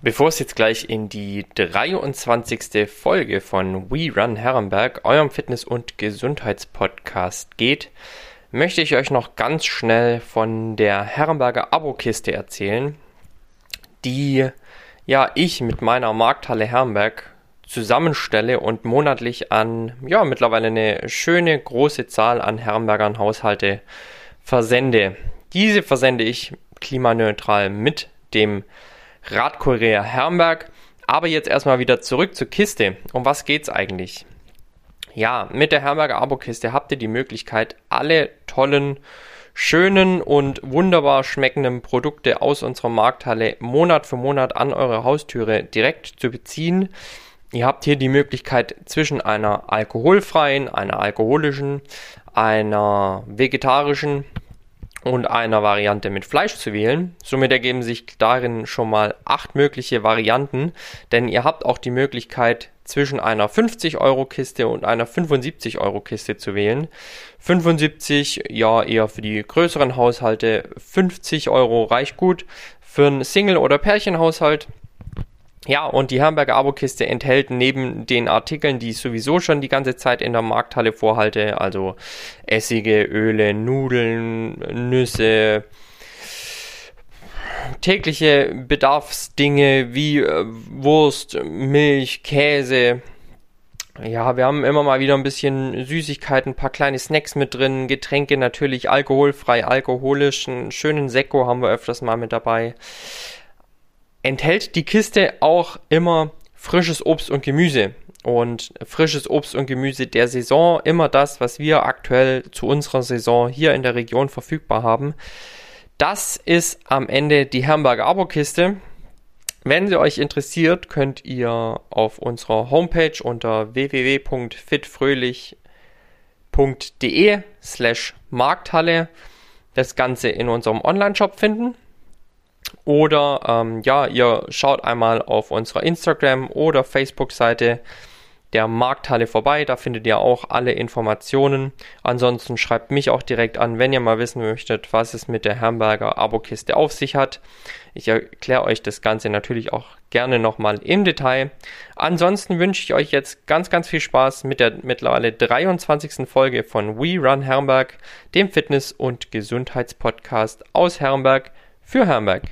Bevor es jetzt gleich in die 23. Folge von We Run Herrenberg, eurem Fitness- und Gesundheitspodcast geht, möchte ich euch noch ganz schnell von der Herrenberger Abokiste erzählen, die ich mit meiner Markthalle Herrenberg zusammenstelle und monatlich an mittlerweile eine schöne große Zahl an Herrenbergern Haushalte versende. Diese versende ich klimaneutral mit dem Radkurier Herrenberg. Aber jetzt erstmal wieder zurück zur Kiste. Um was geht's eigentlich? Ja, mit der Herrenberger Abokiste habt ihr die Möglichkeit, alle tollen, schönen und wunderbar schmeckenden Produkte aus unserer Markthalle Monat für Monat an eure Haustüre direkt zu beziehen. Ihr habt hier die Möglichkeit, zwischen einer alkoholfreien, einer alkoholischen, einer vegetarischen und einer Variante mit Fleisch zu wählen. Somit ergeben sich darin schon mal 8 mögliche Varianten, denn ihr habt auch die Möglichkeit, zwischen einer 50-Euro-Kiste und einer 75-Euro-Kiste zu wählen. 75, eher für die größeren Haushalte, 50 Euro reicht gut für einen Single- oder Pärchenhaushalt. Ja, und die Herrenberger Abokiste enthält neben den Artikeln, die ich sowieso schon die ganze Zeit in der Markthalle vorhalte, also Essige, Öle, Nudeln, Nüsse, tägliche Bedarfsdinge wie Wurst, Milch, Käse. Ja, wir haben immer mal wieder ein bisschen Süßigkeiten, ein paar kleine Snacks mit drin, Getränke natürlich alkoholfrei, alkoholisch, einen schönen Sekko haben wir öfters mal mit dabei. Enthält die Kiste auch immer frisches Obst und Gemüse. Und frisches Obst und Gemüse der Saison, immer das, was wir aktuell zu unserer Saison hier in der Region verfügbar haben. Das ist am Ende die Herrenberger Abokiste. Wenn sie euch interessiert, könnt ihr auf unserer Homepage unter www.fitfröhlich.de/Markthalle das Ganze in unserem Online-Shop finden. Oder ihr schaut einmal auf unserer Instagram- oder Facebook-Seite der Markthalle vorbei, da findet ihr auch alle Informationen. Ansonsten schreibt mich auch direkt an, wenn ihr mal wissen möchtet, was es mit der Herrenberger Abokiste auf sich hat. Ich erkläre euch das Ganze natürlich auch gerne nochmal im Detail. Ansonsten wünsche ich euch jetzt ganz, ganz viel Spaß mit der mittlerweile 23. Folge von We Run Herrenberg, dem Fitness- und Gesundheitspodcast aus Herrenberg für Herrenberg.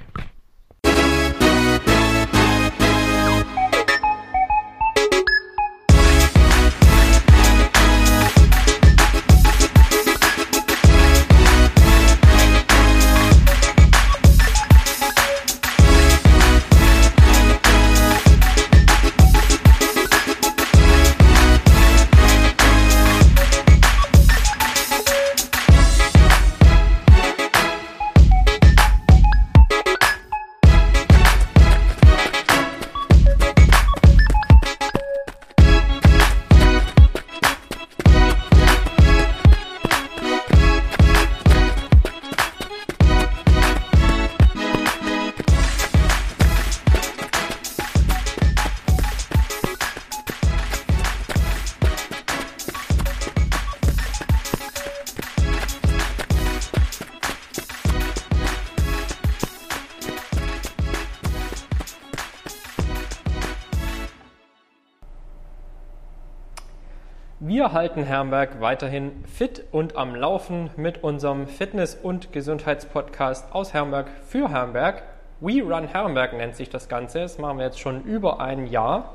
Wir halten Herrenberg weiterhin fit und am Laufen mit unserem Fitness- und Gesundheitspodcast aus Herrenberg für Herrenberg. We Run Herrenberg nennt sich das Ganze. Das machen wir jetzt schon über ein Jahr.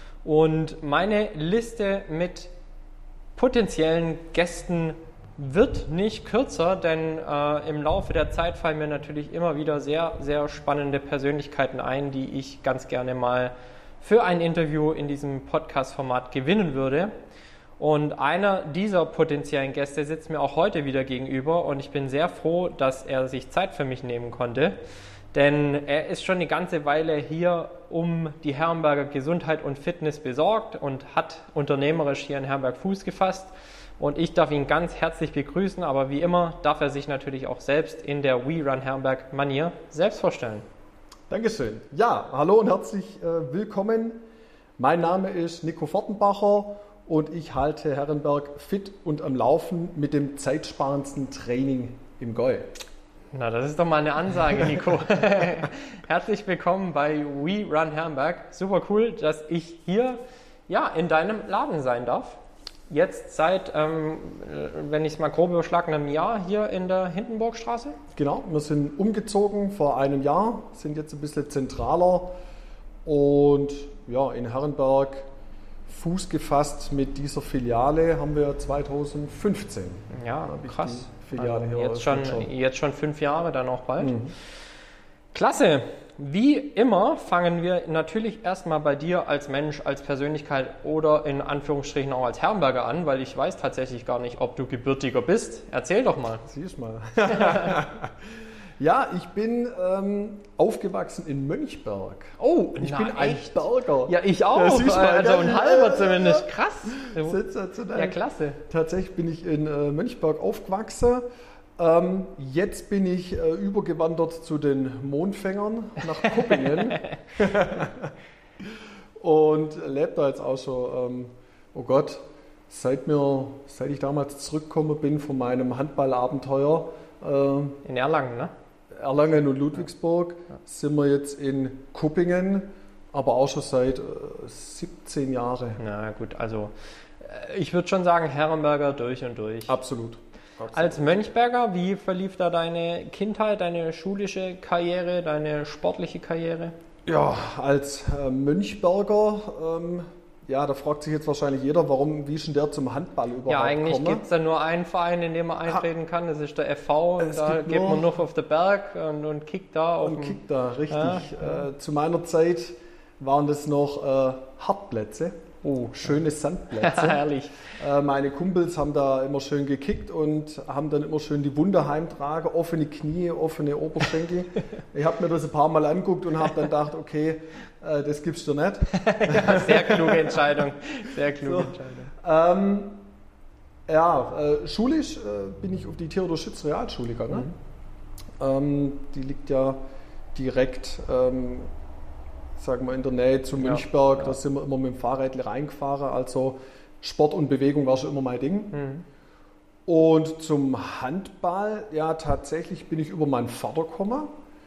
Und meine Liste mit potenziellen Gästen wird nicht kürzer, denn im Laufe der Zeit fallen mir natürlich immer wieder sehr, sehr spannende Persönlichkeiten ein, die ich ganz gerne mal für ein Interview in diesem Podcast-Format gewinnen würde. Und einer dieser potenziellen Gäste sitzt mir auch heute wieder gegenüber und ich bin sehr froh, dass er sich Zeit für mich nehmen konnte, denn er ist schon eine ganze Weile hier um die Herrenberger Gesundheit und Fitness besorgt und hat unternehmerisch hier in Herrenberg Fuß gefasst und ich darf ihn ganz herzlich begrüßen, aber wie immer darf er sich natürlich auch selbst in der We Run Herrenberg Manier selbst vorstellen. Dankeschön. Ja, hallo und herzlich willkommen. Mein Name ist Nico Fortenbacher und ich halte Herrenberg fit und am Laufen mit dem zeitsparendsten Training im Gäu. Na, das ist doch mal eine Ansage, Nico. Herzlich willkommen bei We Run Herrenberg. Super cool, dass ich hier in deinem Laden sein darf. Jetzt seit, wenn ich es mal grob überschlage, einem Jahr hier in der Hindenburgstraße. Genau, wir sind umgezogen vor einem Jahr, sind jetzt ein bisschen zentraler und ja, in Herrenberg Fuß gefasst mit dieser Filiale haben wir 2015. Ja, krass. Filiale also jetzt schon 5 Jahre, dann auch bald. Mhm. Klasse. Wie immer fangen wir natürlich erstmal bei dir als Mensch, als Persönlichkeit oder in Anführungsstrichen auch als Herrenberger an, weil ich weiß tatsächlich gar nicht, ob du gebürtiger bist. Erzähl doch mal. Siehst mal. Ja, ich bin aufgewachsen in Mönchberg. Oh, ich bin ein Berger. Ja, ich auch. Ja, also ein halber zumindest. Krass. Sensationell. Ja, klasse. Tatsächlich bin ich in Mönchberg aufgewachsen. Jetzt bin ich übergewandert zu den Mondfängern nach Kuppingen und lebe da jetzt auch schon, oh Gott, seit ich damals zurückgekommen bin von meinem Handballabenteuer. In Erlangen, ne? Erlangen und Ludwigsburg sind wir jetzt in Kuppingen, aber auch schon seit 17 Jahren. Na gut, also ich würde schon sagen Herrenberger durch und durch. Absolut. Als Mönchberger, wie verlief da deine Kindheit, deine schulische Karriere, deine sportliche Karriere? Ja, als Mönchberger, da fragt sich jetzt wahrscheinlich jeder, wie ist denn der zum Handball überhaupt Ja, eigentlich komme? gibt es da nur einen Verein, in dem man eintreten kann, das ist der FV und da geht man nur auf den Berg und kickt da. Kickt da, richtig. Ja. Zu meiner Zeit waren das noch Hartplätze. Oh, schöne Sandplätze. Herrlich. Meine Kumpels haben da immer schön gekickt und haben dann immer schön die Wunder heimtragen, offene Knie, offene Oberschenkel. Ich habe mir das ein paar Mal angeguckt und habe dann gedacht, okay, das gibst du nicht. Ja, sehr kluge Entscheidung. Sehr kluge Entscheidung. Schulisch bin ich auf die Theodor Schütz Realschule gegangen. Die liegt ja direkt sagen wir in der Nähe zu Mönchberg, da sind wir immer mit dem Fahrrad reingefahren, also Sport und Bewegung war schon immer mein Ding. Mhm. Und zum Handball, tatsächlich bin ich über meinen Vater gekommen,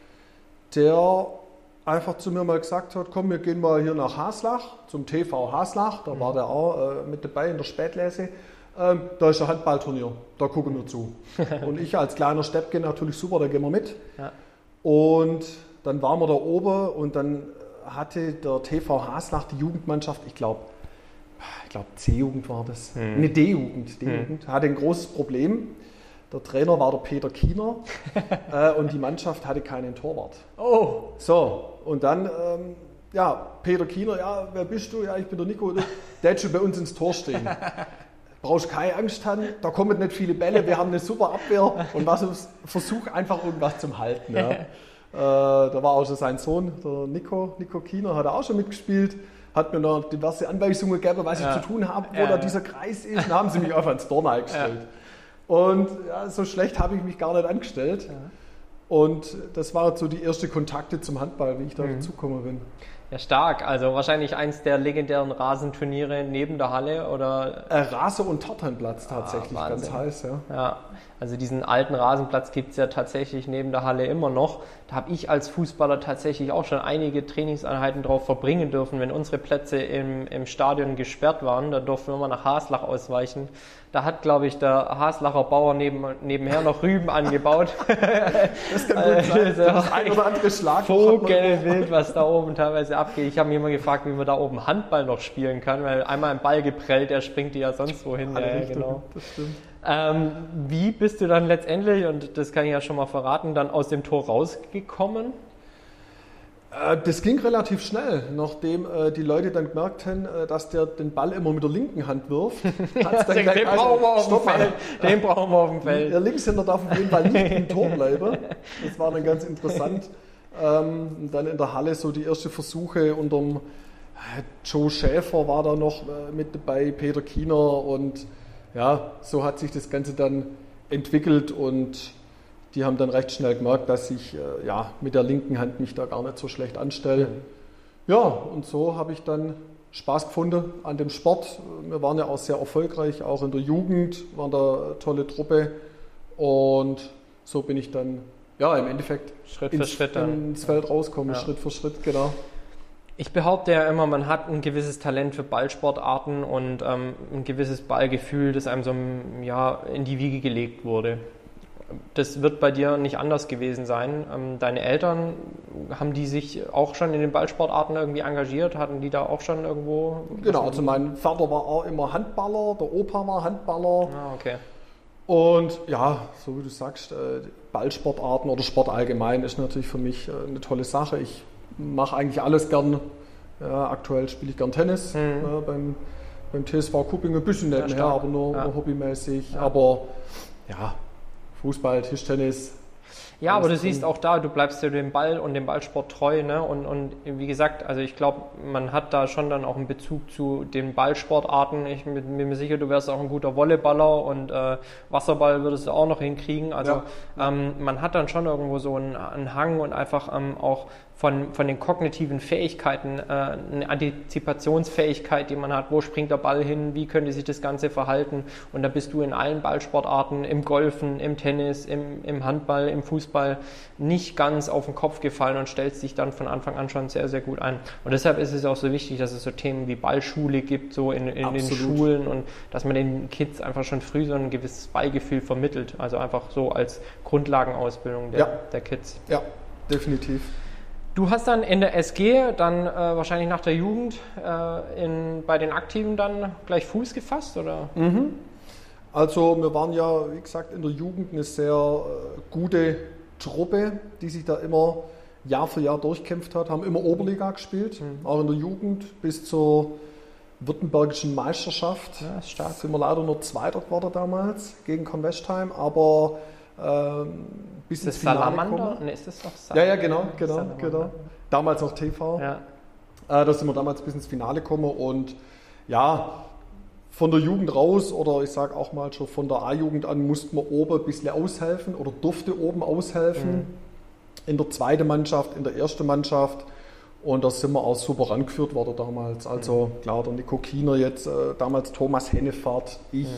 der einfach zu mir mal gesagt hat, komm, wir gehen mal hier nach Haslach, zum TV Haslach, da war der auch mit dabei in der Spätlese. Da ist ein Handballturnier, da gucken wir zu. Und ich als kleiner Steppke natürlich super, da gehen wir mit. Ja. Und dann waren wir da oben und dann hatte der TV Haslach die Jugendmannschaft, ich glaube C-Jugend war das, eine D-Jugend, hatte ein großes Problem. Der Trainer war der Peter Kiener und die Mannschaft hatte keinen Torwart. Oh! So, und dann, Peter Kiener, wer bist du? Ja, ich bin der Nico, der hat schon bei uns ins Tor stehen. Brauchst keine Angst haben, da kommen nicht viele Bälle, wir haben eine super Abwehr und versuch einfach irgendwas zum Halten. Ja. Da war auch schon sein Sohn, der Nico Kiener, hat er auch schon mitgespielt, hat mir noch diverse Anweisungen gegeben, was ich zu tun habe, wo da dieser Kreis ist. Dann haben sie mich einfach ins Tor eingestellt. Ja. Und so schlecht habe ich mich gar nicht angestellt. Ja. Und das waren so die ersten Kontakte zum Handball, wie ich da dazugekommen bin. Ja, stark. Also wahrscheinlich eins der legendären Rasenturniere neben der Halle, oder? Rasen- und Tartanplatz tatsächlich, ganz heiß, ja. Ja, also diesen alten Rasenplatz gibt es ja tatsächlich neben der Halle immer noch. Da habe ich als Fußballer tatsächlich auch schon einige Trainingseinheiten drauf verbringen dürfen, wenn unsere Plätze im Stadion gesperrt waren. Da durften wir mal nach Haslach ausweichen. Da hat, glaube ich, der Haslacher Bauer nebenher noch Rüben angebaut. Das kann gut sein. Das ein oder andere Schlag. Vogelwild, was da oben teilweise abgeht. Ich habe mich immer gefragt, wie man da oben Handball noch spielen kann, weil einmal ein Ball geprellt, der springt ja sonst wohin. Ja, genau. Das stimmt. Wie bist du dann letztendlich, und das kann ich ja schon mal verraten, dann aus dem Tor rausgekommen? Das ging relativ schnell, nachdem die Leute dann gemerkt haben, dass der den Ball immer mit der linken Hand wirft. Den brauchen wir auf dem Feld. Der Linkshänder darf auf jeden Fall nicht im Tor bleiben. Das war dann ganz interessant. Und dann in der Halle so die ersten Versuche unter dem Joe Schäfer war da noch mit dabei, Peter Kiener, und ja, so hat sich das Ganze dann entwickelt und die haben dann recht schnell gemerkt, dass ich mit der linken Hand mich da gar nicht so schlecht anstelle. Ja, und so habe ich dann Spaß gefunden an dem Sport. Wir waren ja auch sehr erfolgreich, auch in der Jugend, waren da eine tolle Truppe, und so bin ich dann Ja, im Endeffekt Schritt für Schritt dann ins Feld rauskommen, Schritt für Schritt, genau. Ich behaupte ja immer, man hat ein gewisses Talent für Ballsportarten und ein gewisses Ballgefühl, das einem so in die Wiege gelegt wurde. Das wird bei dir nicht anders gewesen sein. Deine Eltern, haben die sich auch schon in den Ballsportarten irgendwie engagiert? Hatten die da auch schon irgendwo? Genau, also mein Vater war auch immer Handballer, der Opa war Handballer. Ah, okay. Und ja, so wie du sagst, Ballsportarten oder Sport allgemein ist natürlich für mich eine tolle Sache. Ich mache eigentlich alles gern. Ja, aktuell spiele ich gern Tennis beim TSV Kuppingen, ein bisschen nebenher, aber nur hobbymäßig. Ja. Aber ja, Fußball, Tischtennis. Ja, aber du siehst auch da, du bleibst dir dem Ball und dem Ballsport treu, ne? Und wie gesagt, also ich glaube, man hat da schon dann auch einen Bezug zu den Ballsportarten. Ich bin mir sicher, du wärst auch ein guter Volleyballer und Wasserball würdest du auch noch hinkriegen. Also man hat dann schon irgendwo so einen Hang und einfach auch von den kognitiven Fähigkeiten, eine Antizipationsfähigkeit, die man hat, wo springt der Ball hin, wie könnte sich das Ganze verhalten, und da bist du in allen Ballsportarten, im Golfen, im Tennis, im Handball, im Fußball nicht ganz auf den Kopf gefallen und stellst dich dann von Anfang an schon sehr, sehr gut ein. Und deshalb ist es auch so wichtig, dass es so Themen wie Ballschule gibt, so in den Schulen, und dass man den Kids einfach schon früh so ein gewisses Ballgefühl vermittelt, also einfach so als Grundlagenausbildung der Kids. Ja, definitiv. Du hast dann in der SG dann wahrscheinlich nach der Jugend bei den Aktiven dann gleich Fuß gefasst, oder? Mhm. Also wir waren ja, wie gesagt, in der Jugend eine sehr gute Truppe, die sich da immer Jahr für Jahr durchkämpft hat, haben immer Oberliga gespielt, auch in der Jugend bis zur württembergischen Meisterschaft. Ja, ist stark. Sind wir leider nur Zweiter geworden damals gegen Kornwestheim, aber bis ins Finale Salamander? kommen. Ne, ist das doch Salamander? Ja, genau. Damals noch TV. Ja. Da sind wir damals bis ins Finale gekommen und ja, von der Jugend raus oder ich sage auch mal schon von der A-Jugend an mussten wir oben ein bisschen aushelfen oder durfte oben aushelfen. In der zweiten Mannschaft, in der ersten Mannschaft, und da sind wir auch super rangeführt worden damals. Also klar, der Nico Kiener jetzt, damals Thomas Hennefahrt, ich,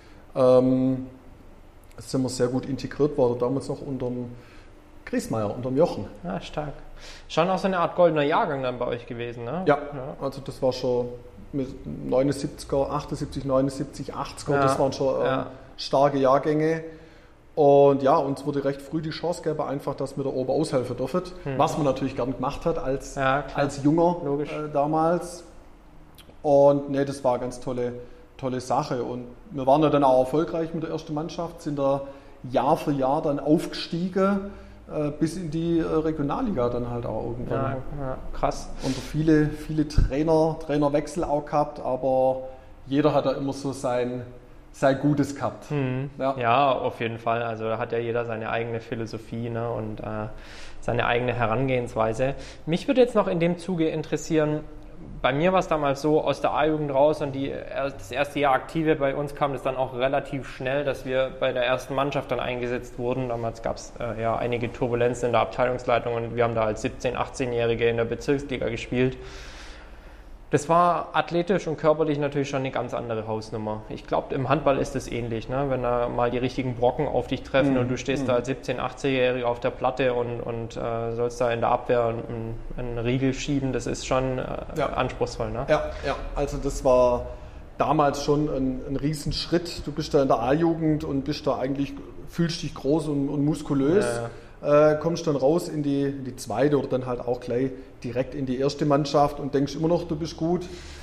sind wir sehr gut integriert worden, damals noch unterm Griesmeier, unterm Jochen. Ja, stark. Schon auch so eine Art goldener Jahrgang dann bei euch gewesen, ne? Ja. Also das war schon mit 79er, 78, 79, 80er, das waren schon starke Jahrgänge. Und ja, uns wurde recht früh die Chance gegeben, einfach, dass wir da oben aushelfen dürfen, was man natürlich gern gemacht hat als Junger damals. Und nee, das war eine ganz tolle Sache. Und wir waren ja dann auch erfolgreich mit der ersten Mannschaft, sind da Jahr für Jahr dann aufgestiegen, bis in die Regionalliga dann halt auch irgendwann. Ja, krass. Und viele Trainerwechsel auch gehabt, aber jeder hat da immer so sein Gutes gehabt. Ja, auf jeden Fall. Also da hat ja jeder seine eigene Philosophie, ne, und seine eigene Herangehensweise. Mich würde jetzt noch in dem Zuge interessieren, bei mir war es damals so, aus der A-Jugend raus und das erste Jahr Aktive, bei uns kam es dann auch relativ schnell, dass wir bei der ersten Mannschaft dann eingesetzt wurden. Damals gab es einige Turbulenzen in der Abteilungsleitung und wir haben da als 17-, 18-Jährige in der Bezirksliga gespielt. Das war athletisch und körperlich natürlich schon eine ganz andere Hausnummer. Ich glaube, im Handball ist es ähnlich, ne? Wenn da mal die richtigen Brocken auf dich treffen und du stehst da als 17-, 18-Jähriger auf der Platte und sollst da in der Abwehr einen Riegel schieben, das ist schon anspruchsvoll, ne? Ja, also das war damals schon ein Riesenschritt. Du bist da in der A-Jugend und bist da eigentlich, fühlst dich groß und muskulös. Kommst dann raus in die zweite oder dann halt auch gleich direkt in die erste Mannschaft und denkst immer noch, du bist gut.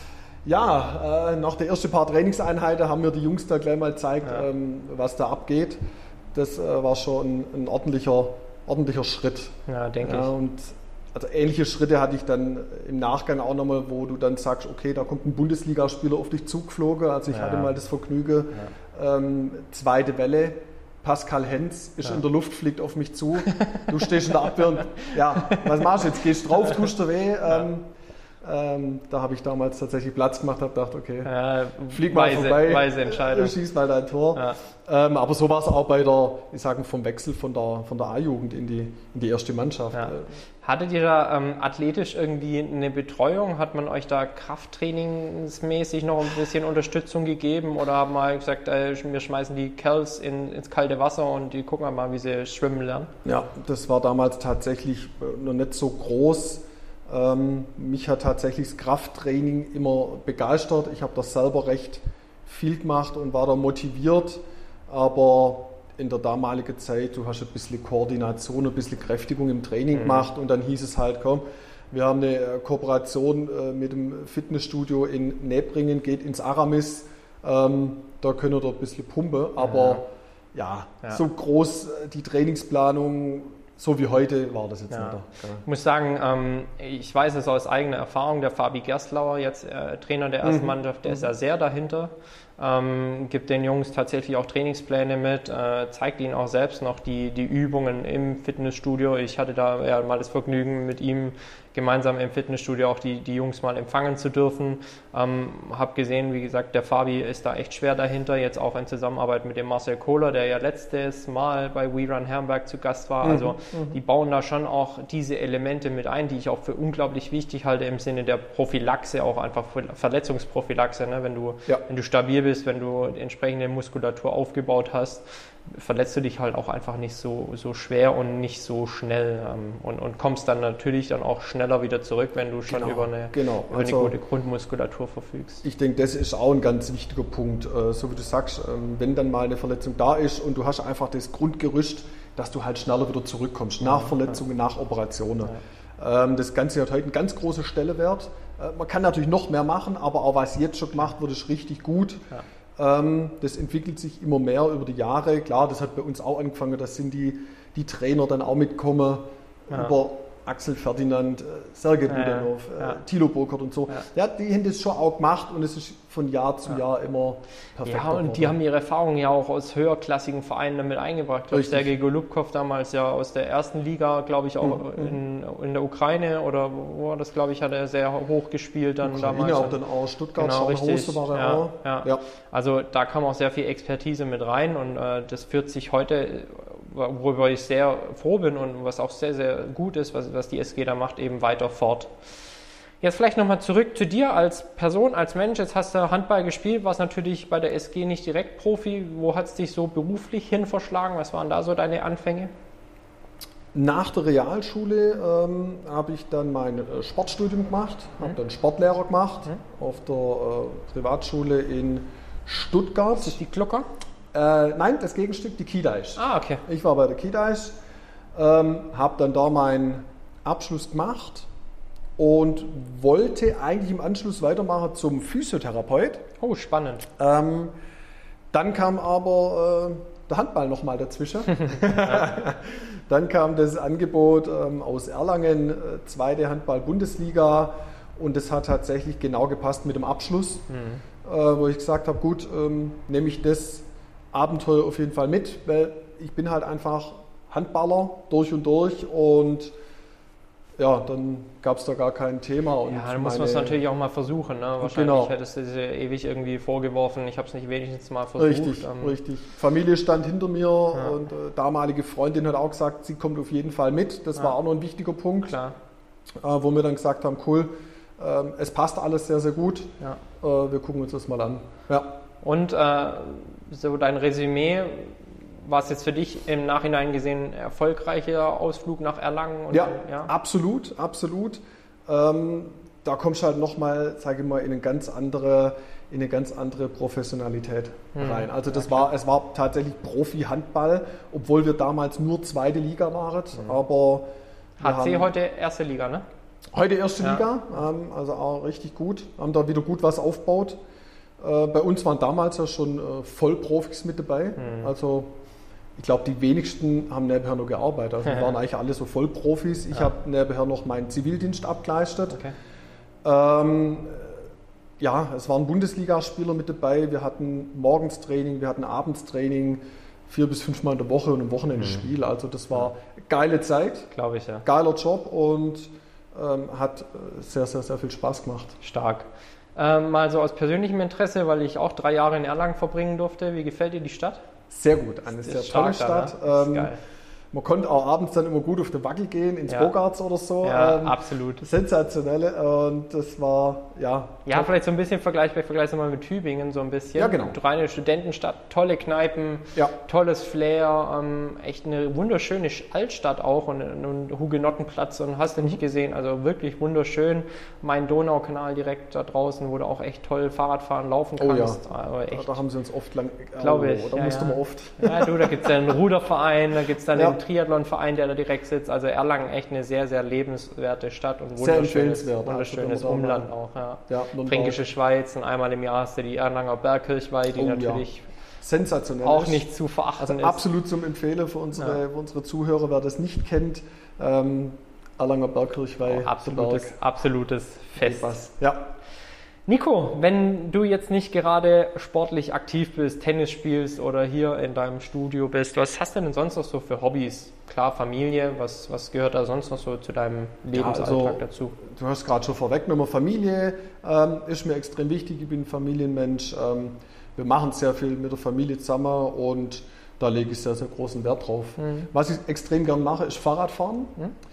Ja, nach der ersten paar Trainingseinheiten haben mir die Jungs da gleich mal gezeigt, was da abgeht. Das war schon ein ordentlicher Schritt. Ja, denke ich. Und also ähnliche Schritte hatte ich dann im Nachgang auch nochmal, wo du dann sagst, okay, da kommt ein Bundesligaspieler auf dich zugeflogen. Also ich hatte mal das Vergnügen, zweite Welle. Pascal Hens ist in der Luft, fliegt auf mich zu. Du stehst in der Abwehr und was machst du jetzt? Gehst drauf, tust dir weh. Da habe ich damals tatsächlich Platz gemacht, habe gedacht, okay, flieg mal vorbei, weise Entscheidung. Schieß mal dein Tor. Ja. Aber so war es auch bei vom Wechsel von der A-Jugend in die erste Mannschaft. Ja. Hattet ihr da athletisch irgendwie eine Betreuung? Hat man euch da krafttrainingsmäßig noch ein bisschen Unterstützung gegeben? Oder haben wir gesagt, wir schmeißen die Kerls ins kalte Wasser und die gucken mal, wie sie schwimmen lernen? Ja, das war damals tatsächlich noch nicht so groß. Mich hat tatsächlich das Krafttraining immer begeistert. Ich habe das selber recht viel gemacht und war da motiviert. Aber in der damaligen Zeit, du hast ein bisschen Koordination, ein bisschen Kräftigung im Training gemacht und dann hieß es halt, komm, wir haben eine Kooperation mit dem Fitnessstudio in Nebringen, geht ins Aramis, da können wir dort ein bisschen pumpen, aber so groß die Trainingsplanung, so wie heute war das jetzt nicht. Ich muss sagen, ich weiß es aus eigener Erfahrung, der Fabi Gerstlauer, jetzt Trainer der ersten Mannschaft, der ist ja sehr dahinter. Gibt den Jungs tatsächlich auch Trainingspläne mit, zeigt ihnen auch selbst noch die Übungen im Fitnessstudio. Ich hatte da mal das Vergnügen, mit ihm gemeinsam im Fitnessstudio auch die Jungs mal empfangen zu dürfen. Habe gesehen, wie gesagt, der Fabi ist da echt schwer dahinter, jetzt auch in Zusammenarbeit mit dem Marcel Kohler, der ja letztes Mal bei We Run Herrenberg zu Gast war. Also die bauen da schon auch diese Elemente mit ein, die ich auch für unglaublich wichtig halte im Sinne der Prophylaxe, auch einfach Verletzungsprophylaxe, ne? Wenn du stabil bist, wenn du entsprechende Muskulatur aufgebaut hast, verletzt du dich halt auch einfach nicht so schwer und nicht so schnell und kommst dann natürlich dann auch schneller wieder zurück, wenn du schon über eine gute Grundmuskulatur verfügst. Ich denke, das ist auch ein ganz wichtiger Punkt, so wie du sagst, wenn dann mal eine Verletzung da ist und du hast einfach das Grundgerüst, dass du halt schneller wieder zurückkommst, nach Verletzungen, nach Operationen. Das Ganze hat heute einen ganz großen Stellenwert. Man kann natürlich noch mehr machen, aber auch was jetzt schon gemacht wird, ist richtig gut. Das entwickelt sich immer mehr über die Jahre. Klar, das hat bei uns auch angefangen, das sind die Trainer dann auch mitkommen, über Axel Ferdinand, Sergej Budanov, Thilo Burkhardt und so. Ja, die haben das schon auch gemacht und es ist von Jahr zu Jahr immer perfekt. Ja, und die haben ihre Erfahrungen ja auch aus höherklassigen Vereinen damit eingebracht. Ich glaube, Sergej Golubkov damals ja aus der ersten Liga, glaube ich, auch in der Ukraine oder wo war das, glaube ich, hat er sehr hoch gespielt dann Ukraine damals. Auch dann auch Stuttgart, genau, richtig. War er auch. Ja. Also da kam auch sehr viel Expertise mit rein und das führt sich heute, worüber ich sehr froh bin und was auch sehr, sehr gut ist, was die SG da macht, eben weiter fort. Jetzt vielleicht nochmal zurück zu dir als Person, als Mensch. Jetzt hast du Handball gespielt, warst natürlich bei der SG nicht direkt Profi. Wo hat es dich so beruflich hin verschlagen? Was waren da so deine Anfänge? Nach der Realschule habe ich dann mein Sportstudium gemacht, habe dann Sportlehrer gemacht auf der Privatschule in Stuttgart. Ist das die Glocker? Nein, das Gegenstück, die Kidaisch. Ah, okay. Ich war bei der Kidaisch, habe dann da meinen Abschluss gemacht und wollte eigentlich im Anschluss weitermachen zum Physiotherapeut. Oh, spannend. Dann kam aber der Handball nochmal dazwischen. Dann kam das Angebot aus Erlangen, zweite Handball-Bundesliga und das hat tatsächlich genau gepasst mit dem Abschluss, wo ich gesagt habe, gut, nehme ich das Abenteuer auf jeden Fall mit, weil ich bin halt einfach Handballer durch und durch und ja, dann gab es da gar kein Thema. Und ja, dann muss man es natürlich auch mal versuchen. Ne? Wahrscheinlich hättest du sie ewig irgendwie vorgeworfen, ich habe es nicht wenigstens mal versucht. Richtig. Familie stand hinter mir und damalige Freundin hat auch gesagt, sie kommt auf jeden Fall mit. Das war auch noch ein wichtiger Punkt, wo wir dann gesagt haben, cool, es passt alles sehr, sehr gut. Ja. Wir gucken uns das mal an. Ja. Und so dein Resümee, war es jetzt für dich im Nachhinein gesehen ein erfolgreicher Ausflug nach Erlangen? Ja, absolut. Da kommst du halt nochmal, sage ich mal, in eine ganz andere Professionalität rein. Also es war tatsächlich Profi-Handball, obwohl wir damals nur zweite Liga waren. Aber HC heute erste Liga, ne? Heute erste Liga, also auch richtig gut. Haben da wieder gut was aufgebaut. Bei uns waren damals ja schon Vollprofis mit dabei. Also ich glaube, die wenigsten haben nebenher noch gearbeitet. Also wir waren eigentlich alle so Vollprofis. Ich habe nebenher noch meinen Zivildienst abgeleistet. Okay. Es waren Bundesligaspieler mit dabei. Wir hatten morgens Training, wir hatten abends Training, 4 bis 5 Mal in der Woche und am Wochenende Spiel. Also das war eine geile Zeit. Glaube ich, ja. Geiler Job und hat sehr, sehr, sehr viel Spaß gemacht. Stark. Mal so aus persönlichem Interesse, weil ich auch 3 Jahre in Erlangen verbringen durfte. Wie gefällt dir die Stadt? Sehr gut, eine sehr tolle Stadt. Da, ne? Geil. Man konnte auch abends dann immer gut auf den Wackel gehen, ins Bogarts oder so. Ja, absolut. Sensationell. Und das war, ja, vielleicht so ein bisschen vergleichbar mal mit Tübingen, so ein bisschen. Ja, genau. Reine Studentenstadt, tolle Kneipen, tolles Flair, echt eine wunderschöne Altstadt auch und Hugenottenplatz und hast du nicht gesehen. Also wirklich wunderschön. Mein Donaukanal direkt da draußen, wo du auch echt toll Fahrrad fahren, laufen kannst. Oh ja, also echt, da haben sie uns oft lang, glaube ich. Da musste man oft. Ja, du, da gibt es ja einen Ruderverein, da gibt es dann den Triathlonverein, der da direkt sitzt. Also Erlangen echt eine sehr, sehr lebenswerte Stadt und wunderschönes Umland auch. Ja. Fränkische Schweiz und einmal im Jahr hast du die Erlanger Bergkirchweih, die natürlich sensationell auch nicht zu verachten ist. Absolut zum Empfehlen für unsere Zuhörer, wer das nicht kennt. Erlanger Bergkirchweih. Absolutes Fest. Ja. Nico, wenn du jetzt nicht gerade sportlich aktiv bist, Tennis spielst oder hier in deinem Studio bist, was hast du denn sonst noch so für Hobbys? Klar, Familie, was gehört da sonst noch so zu deinem Lebensalltag dazu? Du hast gerade schon vorweggenommen, Familie ist mir extrem wichtig, ich bin ein Familienmensch. Wir machen sehr viel mit der Familie zusammen und da lege ich sehr, sehr großen Wert drauf. Was ich extrem gern mache, ist Fahrradfahren.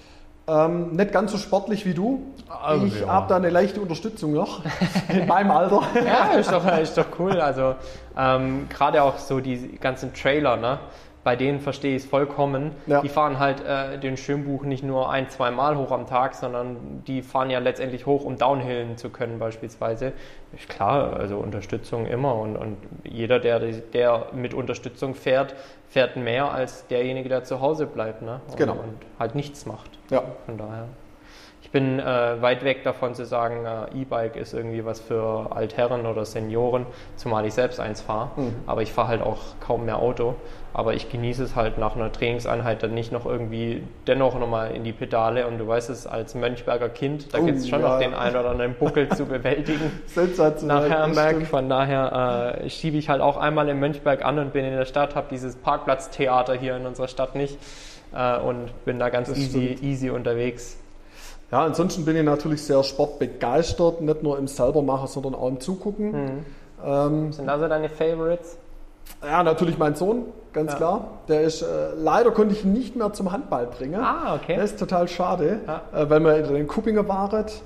Nicht ganz so sportlich wie du. Also, ich habe da eine leichte Unterstützung noch in meinem Alter. Ja, ist doch cool. Also gerade auch so die ganzen Trailer, ne? Bei denen verstehe ich es vollkommen. Ja. Die fahren halt den Schönbuch nicht nur 1-2 Mal hoch am Tag, sondern die fahren ja letztendlich hoch, um downhillen zu können beispielsweise. Ist klar, also Unterstützung immer und jeder, der mit Unterstützung fährt mehr als derjenige, der zu Hause bleibt, ne? Und halt nichts macht. Ja. Von daher. Ich bin weit weg davon zu sagen, E-Bike ist irgendwie was für Altherren oder Senioren, zumal ich selbst eins fahre. Aber ich fahre halt auch kaum mehr Auto. Aber ich genieße es halt nach einer Trainingseinheit dann nicht noch irgendwie dennoch nochmal in die Pedale. Und du weißt es, als Mönchberger Kind, da gibt es schon noch den einen oder anderen Buckel zu bewältigen. Sensationell. Nach Herrenberg. Von daher schiebe ich halt auch einmal in Mönchberg an und bin in der Stadt, habe dieses Parkplatztheater hier in unserer Stadt nicht und bin da ganz easy unterwegs. Ja, ansonsten bin ich natürlich sehr sportbegeistert, nicht nur im Selbermachen, sondern auch im Zugucken. Sind da so deine Favorites? Ja, natürlich mein Sohn, ganz klar. Der ist, leider konnte ich ihn nicht mehr zum Handball bringen. Ah, okay. Das ist total schade, weil wir in den Kuppinger waren, ist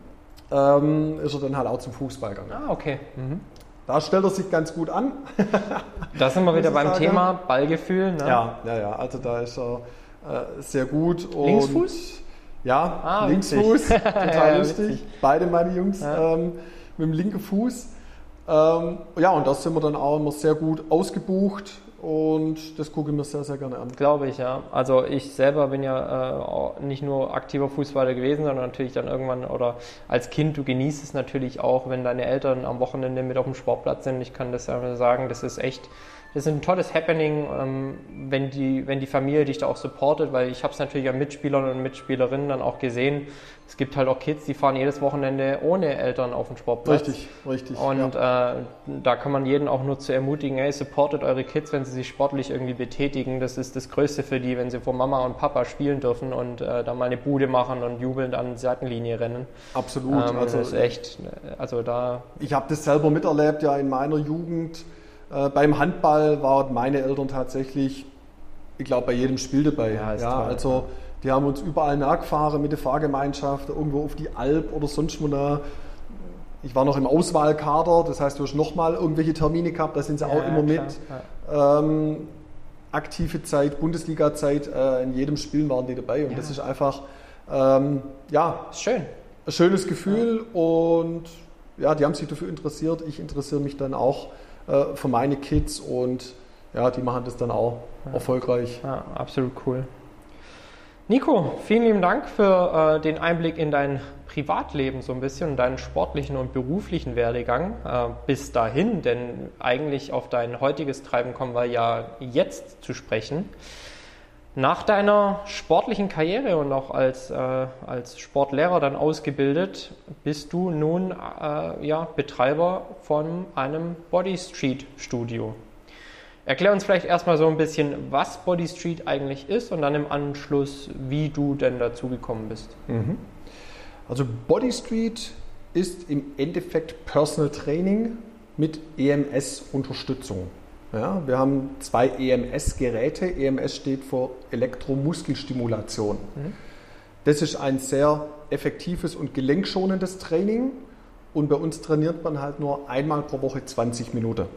er dann halt auch zum Fußball gegangen. Ah, okay. Da stellt er sich ganz gut an. Da sind wir wieder beim Thema Ballgefühl. Ne? Ja, also da ist er sehr gut. Und Linksfuß? Ja, Linksfuß, total lustig. Beide meine Jungs mit dem linken Fuß. Ja, und das sind wir dann auch immer sehr gut ausgebucht und das gucke ich mir sehr, sehr gerne an. Glaube ich, ja. Also ich selber bin ja nicht nur aktiver Fußballer gewesen, sondern natürlich dann irgendwann oder als Kind, du genießt es natürlich auch, wenn deine Eltern am Wochenende mit auf dem Sportplatz sind. Ich kann das ja sagen, das ist ein tolles Happening, wenn die Familie dich da auch supportet, weil ich habe es natürlich an Mitspielern und Mitspielerinnen dann auch gesehen. Es gibt halt auch Kids, die fahren jedes Wochenende ohne Eltern auf den Sportplatz. Richtig. Und da kann man jeden auch nur zu ermutigen, hey, supportet eure Kids, wenn sie sich sportlich irgendwie betätigen. Das ist das Größte für die, wenn sie vor Mama und Papa spielen dürfen und da mal eine Bude machen und jubelnd an die Seitenlinie rennen. Absolut. Das ist echt, Ich habe das selber miterlebt, ja, in meiner Jugend. Beim Handball waren meine Eltern tatsächlich, ich glaube, bei jedem Spiel dabei. Ja, also die haben uns überall nachgefahren mit der Fahrgemeinschaft, irgendwo auf die Alp oder sonst wo nah. Ich war noch im Auswahlkader, das heißt, du hast nochmal irgendwelche Termine gehabt, da sind sie auch immer mit. Aktive Zeit, Bundesliga-Zeit, in jedem Spiel waren die dabei und das ist einfach, schön. Ein schönes Gefühl und ja, die haben sich dafür interessiert. Ich interessiere mich dann auch für meine Kids und ja, die machen das dann auch erfolgreich. Ja, absolut cool. Nico, vielen lieben Dank für den Einblick in dein Privatleben so ein bisschen und deinen sportlichen und beruflichen Werdegang bis dahin, denn eigentlich auf dein heutiges Treiben kommen wir ja jetzt zu sprechen. Nach deiner sportlichen Karriere und auch als Sportlehrer dann ausgebildet, bist du nun Betreiber von einem Body Street Studio. Erklär uns vielleicht erstmal so ein bisschen, was Body Street eigentlich ist und dann im Anschluss, wie du denn dazu gekommen bist. Also Body Street ist im Endeffekt Personal Training mit EMS-Unterstützung. Ja, wir haben 2 EMS-Geräte. EMS steht für Elektromuskelstimulation. Das ist ein sehr effektives und gelenkschonendes Training und bei uns trainiert man halt nur einmal pro Woche 20 Minuten.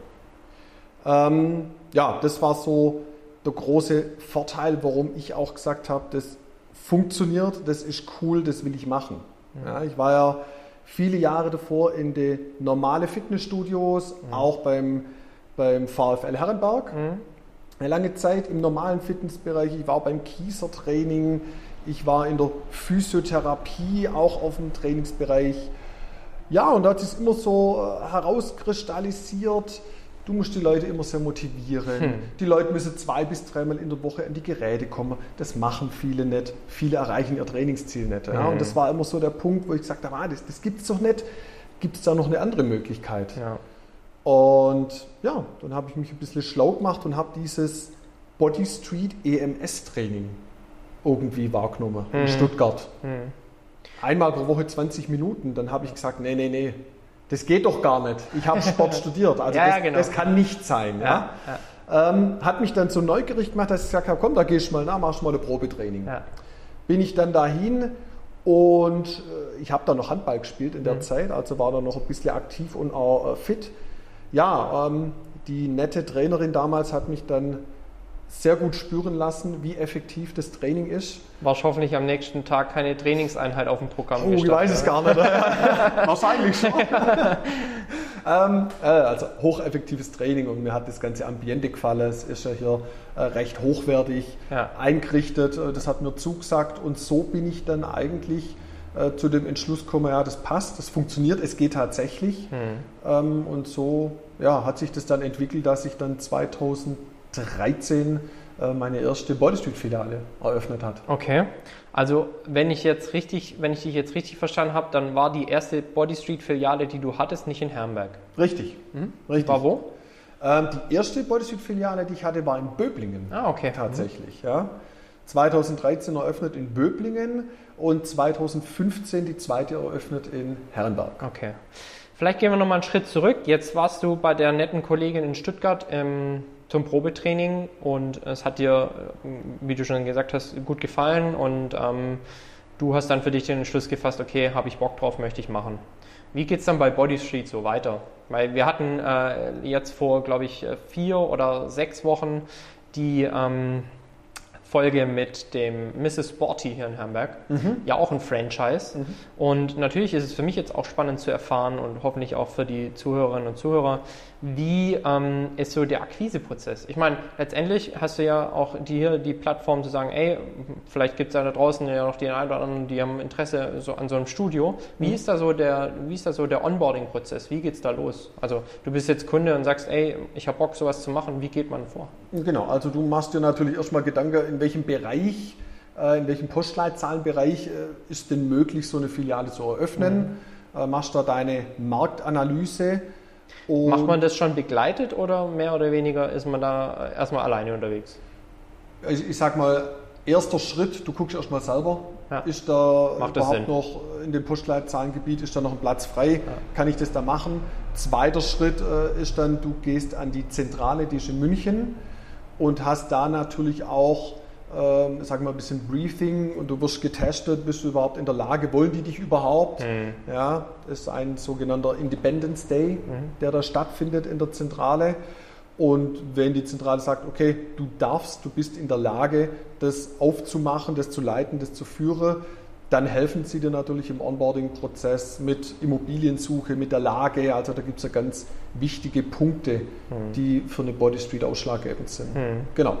Das war so der große Vorteil, warum ich auch gesagt habe, das funktioniert, das ist cool, das will ich machen. Ja, ich war ja viele Jahre davor in den normalen Fitnessstudios, auch beim VfL Herrenberg. Eine lange Zeit im normalen Fitnessbereich, ich war beim Kieser-Training, ich war in der Physiotherapie, auch auf dem Trainingsbereich. Ja, und da hat sich immer so herauskristallisiert, du musst die Leute immer sehr motivieren. Die Leute müssen 2 bis 3 Mal in der Woche an die Geräte kommen. Das machen viele nicht. Viele erreichen ihr Trainingsziel nicht. Ja? Und das war immer so der Punkt, wo ich gesagt habe, das gibt es doch nicht. Gibt es da noch eine andere Möglichkeit? Ja. Und ja, dann habe ich mich ein bisschen schlau gemacht und habe dieses Body Street EMS Training irgendwie wahrgenommen in Stuttgart. Einmal pro Woche 20 Minuten. Dann habe ich gesagt, nee. Das geht doch gar nicht. Ich habe Sport studiert, also das kann nicht sein. Ja? Hat mich dann so neugierig gemacht, dass ich gesagt habe, komm, da gehst du mal nach, machst mal ein Probetraining. Ja. Bin ich dann dahin und ich habe dann noch Handball gespielt in der Zeit, also war dann noch ein bisschen aktiv und auch fit. Ja, die nette Trainerin damals hat mich dann sehr gut spüren lassen, wie effektiv das Training ist. Warst hoffentlich am nächsten Tag keine Trainingseinheit auf dem Programm gestanden? Ich weiß es gar nicht. Wahrscheinlich schon. Also hocheffektives Training und mir hat das ganze Ambiente gefallen. Es ist ja hier recht hochwertig eingerichtet. Das hat mir zugesagt und so bin ich dann eigentlich zu dem Entschluss gekommen, ja, das passt, das funktioniert, es geht tatsächlich. Und so hat sich das dann entwickelt, dass ich dann 2013 meine erste Body Street Filiale eröffnet hat. Okay, also wenn ich dich jetzt richtig verstanden habe, dann war die erste Body Street Filiale, die du hattest, nicht in Herrenberg. Richtig. Richtig. War wo? Die erste Body Street Filiale, die ich hatte, war in Böblingen. Okay. Tatsächlich, ja. 2013 eröffnet in Böblingen und 2015 die zweite eröffnet in Herrenberg. Okay. Vielleicht gehen wir nochmal einen Schritt zurück. Jetzt warst du bei der netten Kollegin in Stuttgart zum Probetraining und es hat dir, wie du schon gesagt hast, gut gefallen und du hast dann für dich den Entschluss gefasst, okay, habe ich Bock drauf, möchte ich machen. Wie geht es dann bei Body Street so weiter? Weil wir hatten jetzt vor, glaube ich, 4 oder 6 Wochen die Folge mit dem Mrs. Sporty hier in Hamburg, ja auch ein Franchise. Und natürlich ist es für mich jetzt auch spannend zu erfahren und hoffentlich auch für die Zuhörerinnen und Zuhörer, wie ist so der Akquiseprozess? Ich meine, letztendlich hast du ja auch die Plattform zu sagen, ey, vielleicht gibt es da draußen ja noch die einen oder anderen, die haben Interesse so an so einem Studio. Wie ist da so der Onboarding-Prozess? Wie geht es da los? Also du bist jetzt Kunde und sagst, ey, ich habe Bock, sowas zu machen. Wie geht man vor? Genau, also du machst dir natürlich erstmal Gedanken, in welchem Bereich, in welchem Postleitzahlenbereich ist denn möglich, so eine Filiale zu eröffnen. Machst da deine Marktanalyse. Und macht man das schon begleitet oder mehr oder weniger ist man da erstmal alleine unterwegs? Ich sag mal, erster Schritt, du guckst erstmal selber, ist da überhaupt noch in dem Postleitzahlengebiet, ist da noch ein Platz frei, kann ich das da machen? Zweiter Schritt ist dann, du gehst an die Zentrale, die ist in München und hast da natürlich auch sagen wir ein bisschen Briefing und du wirst getestet, bist du überhaupt in der Lage, wollen die dich überhaupt? Ja, das ist ein sogenannter Independence Day, der da stattfindet in der Zentrale. Und wenn die Zentrale sagt, okay, du bist in der Lage, das aufzumachen, das zu leiten, das zu führen, dann helfen sie dir natürlich im Onboarding-Prozess mit Immobiliensuche, mit der Lage. Also da gibt es ja ganz wichtige Punkte, die für eine Body Street ausschlaggebend sind. Genau.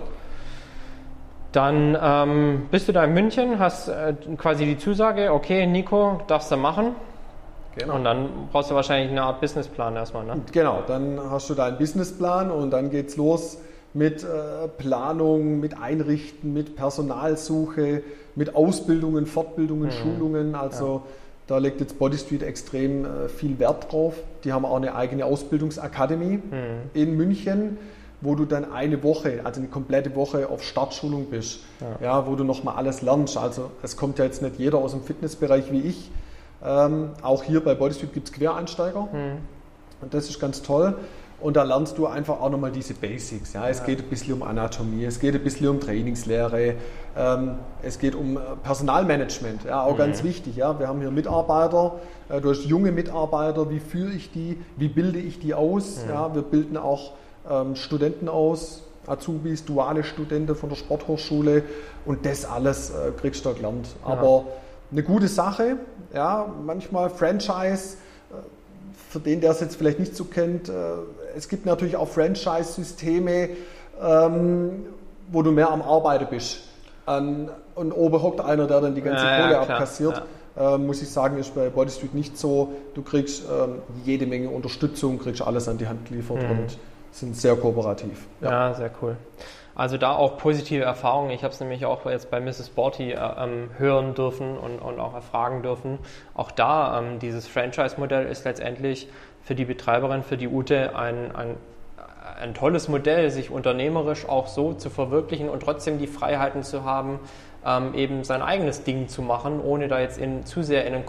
Dann bist du da in München, hast quasi die Zusage, okay, Nico, darfst du machen. Genau. Und dann brauchst du wahrscheinlich eine Art Businessplan erstmal, ne? Genau, dann hast du deinen Businessplan und dann geht's los mit Planung, mit Einrichten, mit Personalsuche, mit Ausbildungen, Fortbildungen, Schulungen. Also da legt jetzt Body Street extrem viel Wert drauf. Die haben auch eine eigene Ausbildungsakademie in München, wo du dann eine Woche, also eine komplette Woche auf Startschulung bist, wo du nochmal alles lernst. Also es kommt ja jetzt nicht jeder aus dem Fitnessbereich wie ich, Auch hier bei Bodystreet gibt es Quereinsteiger. Und das ist ganz toll. Und da lernst du einfach auch nochmal diese Basics. Ja? Es geht ein bisschen um Anatomie, es geht ein bisschen um Trainingslehre, es geht um Personalmanagement, ja, auch ganz wichtig. Ja? Wir haben hier Mitarbeiter, du hast junge Mitarbeiter, wie führe ich die, wie bilde ich die aus? Ja? Wir bilden auch Studenten aus, Azubis, duale Studenten von der Sporthochschule und das alles kriegst du da gelernt. Aber eine gute Sache, ja? Manchmal Franchise. Für den, der es jetzt vielleicht nicht so kennt, es gibt natürlich auch Franchise-Systeme, wo du mehr am Arbeiten bist. Und oben hockt einer, der dann die ganze Kohle abkassiert. Muss ich sagen, ist bei Bodystreet nicht so. Du kriegst jede Menge Unterstützung, kriegst alles an die Hand geliefert und sind sehr kooperativ. Ja, sehr cool. Also da auch positive Erfahrungen. Ich habe es nämlich auch jetzt bei Mrs. Sporty hören dürfen und auch erfragen dürfen. Auch da, dieses Franchise-Modell ist letztendlich für die Betreiberin, für die Ute ein tolles Modell, sich unternehmerisch auch so zu verwirklichen und trotzdem die Freiheiten zu haben, eben sein eigenes Ding zu machen, ohne da jetzt zu sehr in ein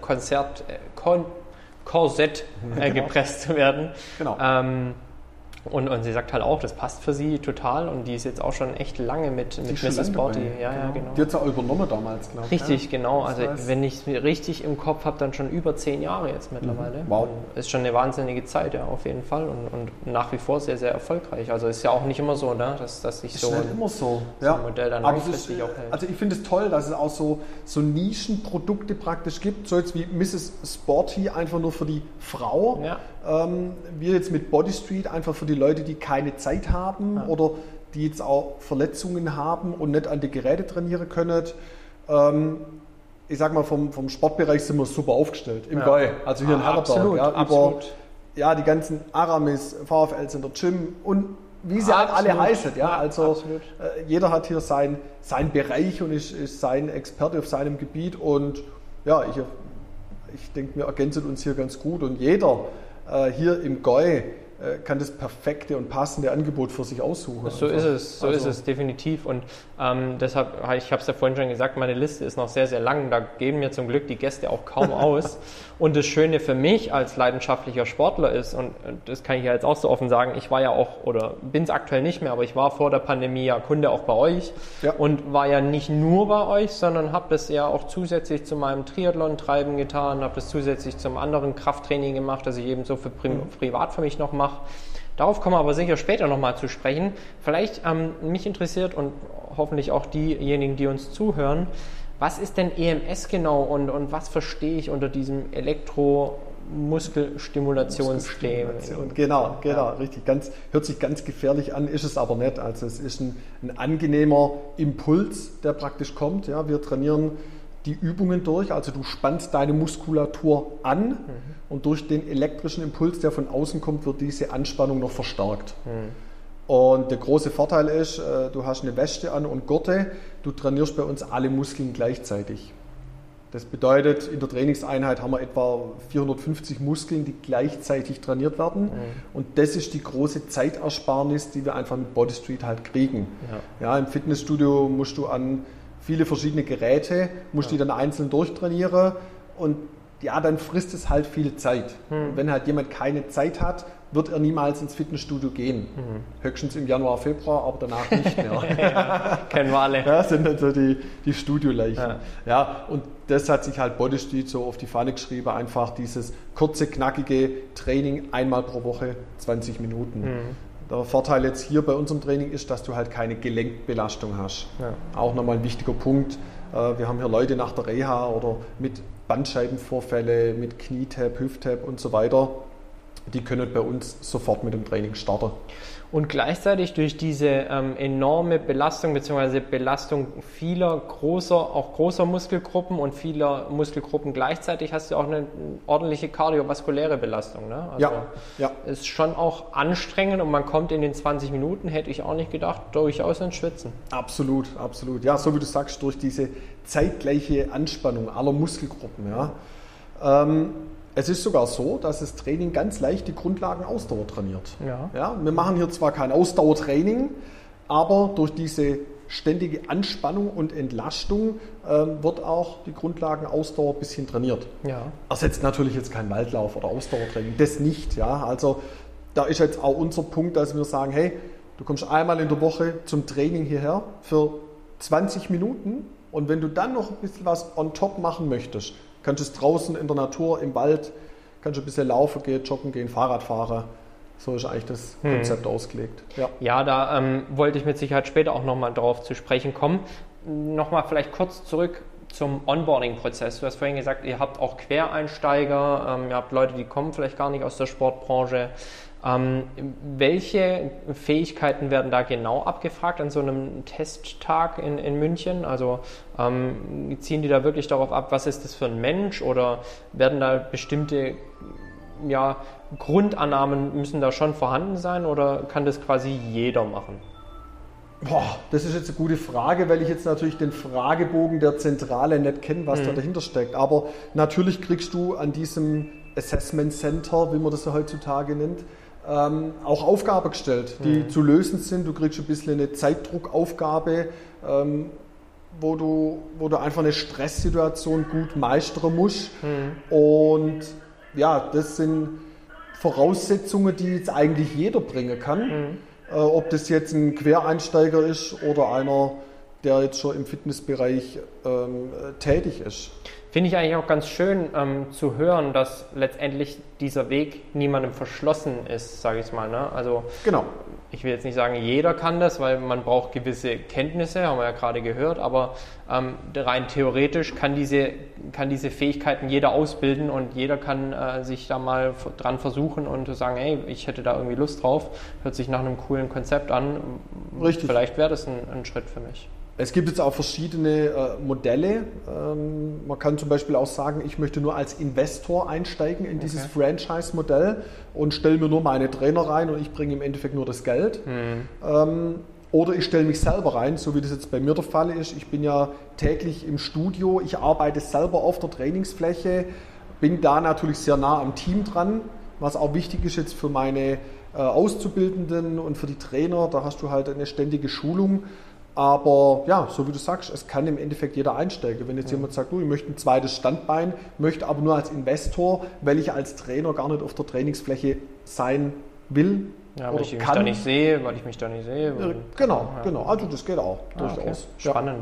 Korsett gepresst zu werden. Genau. Und sie sagt halt auch, das passt für sie total und die ist jetzt auch schon echt lange mit Mrs. Sporty. Ja, genau. Die hat es auch übernommen damals, glaube ich. Richtig, genau. Also wenn ich es richtig im Kopf habe, dann schon über 10 Jahre jetzt mittlerweile. Wow. Und ist schon eine wahnsinnige Zeit, ja, auf jeden Fall und nach wie vor sehr, sehr erfolgreich. Also ist ja auch nicht immer so, ne, dass sich so ein Modell dann langfristig auch hält. Also ich finde es toll, dass es auch so Nischenprodukte praktisch gibt, so jetzt wie Mrs. Sporty einfach nur für die Frau. Ja. Wir jetzt mit Bodystreet einfach für die Leute, die keine Zeit haben oder die jetzt auch Verletzungen haben und nicht an die Geräte trainieren können. Ich sag mal, vom Sportbereich sind wir super aufgestellt, im Goi, also hier in Herrenberg. Absolut. Über die ganzen Aramis, VfLs in der Gym und wie sie halt alle heißen. Ja? Also jeder hat hier seinen Bereich und ist sein Experte auf seinem Gebiet und ja, ich denke, wir ergänzen uns hier ganz gut und jeder hier im Goi kann das perfekte und passende Angebot für sich aussuchen. So ist es definitiv und deshalb, ich habe es ja vorhin schon gesagt, meine Liste ist noch sehr, sehr lang, da geben mir zum Glück die Gäste auch kaum aus und das Schöne für mich als leidenschaftlicher Sportler ist und das kann ich ja jetzt auch so offen sagen, ich war ja auch, oder bin es aktuell nicht mehr, aber ich war vor der Pandemie ja Kunde auch bei euch und war ja nicht nur bei euch, sondern habe das ja auch zusätzlich zu meinem Triathlon-Treiben getan, habe das zusätzlich zum anderen Krafttraining gemacht, das ich eben so für privat für mich noch mache. Darauf kommen wir aber sicher später nochmal zu sprechen. Vielleicht mich interessiert und hoffentlich auch diejenigen, die uns zuhören, was ist denn EMS genau und was verstehe ich unter diesem Elektromuskelstimulationstraining? Genau, richtig. Hört sich ganz gefährlich an, ist es aber nicht. Also es ist ein angenehmer Impuls, der praktisch kommt. Ja, wir trainieren die Übungen durch, also du spannst deine Muskulatur an und durch den elektrischen Impuls, der von außen kommt, wird diese Anspannung noch verstärkt. Und der große Vorteil ist, du hast eine Weste an und Gurte, du trainierst bei uns alle Muskeln gleichzeitig. Das bedeutet, in der Trainingseinheit haben wir etwa 450 Muskeln, die gleichzeitig trainiert werden. Und das ist die große Zeitersparnis, die wir einfach mit Bodystreet halt kriegen. Ja, im Fitnessstudio musst du an viele verschiedene Geräte, musst die dann einzeln durchtrainieren und ja, dann frisst es halt viel Zeit. Und wenn halt jemand keine Zeit hat, wird er niemals ins Fitnessstudio gehen. Höchstens im Januar, Februar, aber danach nicht mehr. Kennen wir alle. Ja, sind dann so die Studioleichen. Ja, und das hat sich halt Bodystreet so auf die Fahne geschrieben, einfach dieses kurze, knackige Training einmal pro Woche, 20 Minuten. Der Vorteil jetzt hier bei unserem Training ist, dass du halt keine Gelenkbelastung hast. Auch nochmal ein wichtiger Punkt. Wir haben hier Leute nach der Reha oder mit Bandscheibenvorfälle, mit Knietab, Hüfttab und so weiter. Die können bei uns sofort mit dem Training starten. Und gleichzeitig durch diese enorme Belastung bzw. Belastung vieler großer Muskelgruppen und vieler Muskelgruppen gleichzeitig hast du auch eine ordentliche kardiovaskuläre Belastung. Ne? Also ist schon auch anstrengend und man kommt in den 20 Minuten, hätte ich auch nicht gedacht, durchaus ins Schwitzen. Absolut. Ja, so wie du sagst, durch diese zeitgleiche Anspannung aller Muskelgruppen. Ja. Es ist sogar so, dass das Training ganz leicht die Grundlagen Ausdauer trainiert. Ja, wir machen hier zwar kein Ausdauertraining, aber durch diese ständige Anspannung und Entlastung wird auch die Grundlagenausdauer ein bisschen trainiert. Ja. Ersetzt natürlich jetzt kein Waldlauf oder Ausdauertraining, das nicht. Ja? Also da ist jetzt auch unser Punkt, dass wir sagen, hey, du kommst einmal in der Woche zum Training hierher für 20 Minuten und wenn du dann noch ein bisschen was on top machen möchtest, kannst du es draußen in der Natur, im Wald, kannst du ein bisschen laufen gehen, joggen gehen, Fahrrad fahren. So ist eigentlich das Konzept ausgelegt. Ja, da wollte ich mit Sicherheit später auch nochmal drauf zu sprechen kommen. Nochmal vielleicht kurz zurück zum Onboarding-Prozess. Du hast vorhin gesagt, ihr habt auch Quereinsteiger, ihr habt Leute, die kommen vielleicht gar nicht aus der Sportbranche. Welche Fähigkeiten werden da genau abgefragt an so einem Testtag in München? Also ziehen die da wirklich darauf ab, was ist das für ein Mensch, oder werden da bestimmte Grundannahmen müssen da schon vorhanden sein, oder kann das quasi jeder machen? Das ist jetzt eine gute Frage, weil ich jetzt natürlich den Fragebogen der Zentrale nicht kenne, was da dahinter steckt. Aber natürlich kriegst du an diesem Assessment Center, wie man das ja heutzutage nennt, auch Aufgaben gestellt, die zu lösen sind. Du kriegst ein bisschen eine Zeitdruckaufgabe, wo du einfach eine Stresssituation gut meistern musst. Und ja, das sind Voraussetzungen, die jetzt eigentlich jeder bringen kann. Ob das jetzt ein Quereinsteiger ist oder einer, der jetzt schon im Fitnessbereich tätig ist. Finde ich eigentlich auch ganz schön zu hören, dass letztendlich dieser Weg niemandem verschlossen ist, sage ich mal. Ne? Also genau. Ich will jetzt nicht sagen, jeder kann das, weil man braucht gewisse Kenntnisse, haben wir ja gerade gehört, aber rein theoretisch kann diese Fähigkeiten jeder ausbilden und jeder kann sich da mal dran versuchen und sagen, hey, ich hätte da irgendwie Lust drauf, hört sich nach einem coolen Konzept an. Richtig. Vielleicht wäre das ein Schritt für mich. Es gibt jetzt auch verschiedene Modelle. Man kann zum Beispiel auch sagen, ich möchte nur als Investor einsteigen in dieses Franchise-Modell und stelle mir nur meine Trainer rein und ich bringe im Endeffekt nur das Geld. Oder ich stelle mich selber rein, so wie das jetzt bei mir der Fall ist. Ich bin ja täglich im Studio, ich arbeite selber auf der Trainingsfläche, bin da natürlich sehr nah am Team dran, was auch wichtig ist jetzt für meine Auszubildenden und für die Trainer. Da hast du halt eine ständige Schulung. Aber ja, so wie du sagst, es kann im Endeffekt jeder einsteigen. Wenn jetzt jemand sagt, ich möchte ein zweites Standbein, möchte aber nur als Investor, weil ich als Trainer gar nicht auf der Trainingsfläche sein will. Ja, weil ich mich da nicht sehe. Genau. Also das geht auch durchaus. Okay. Spannend.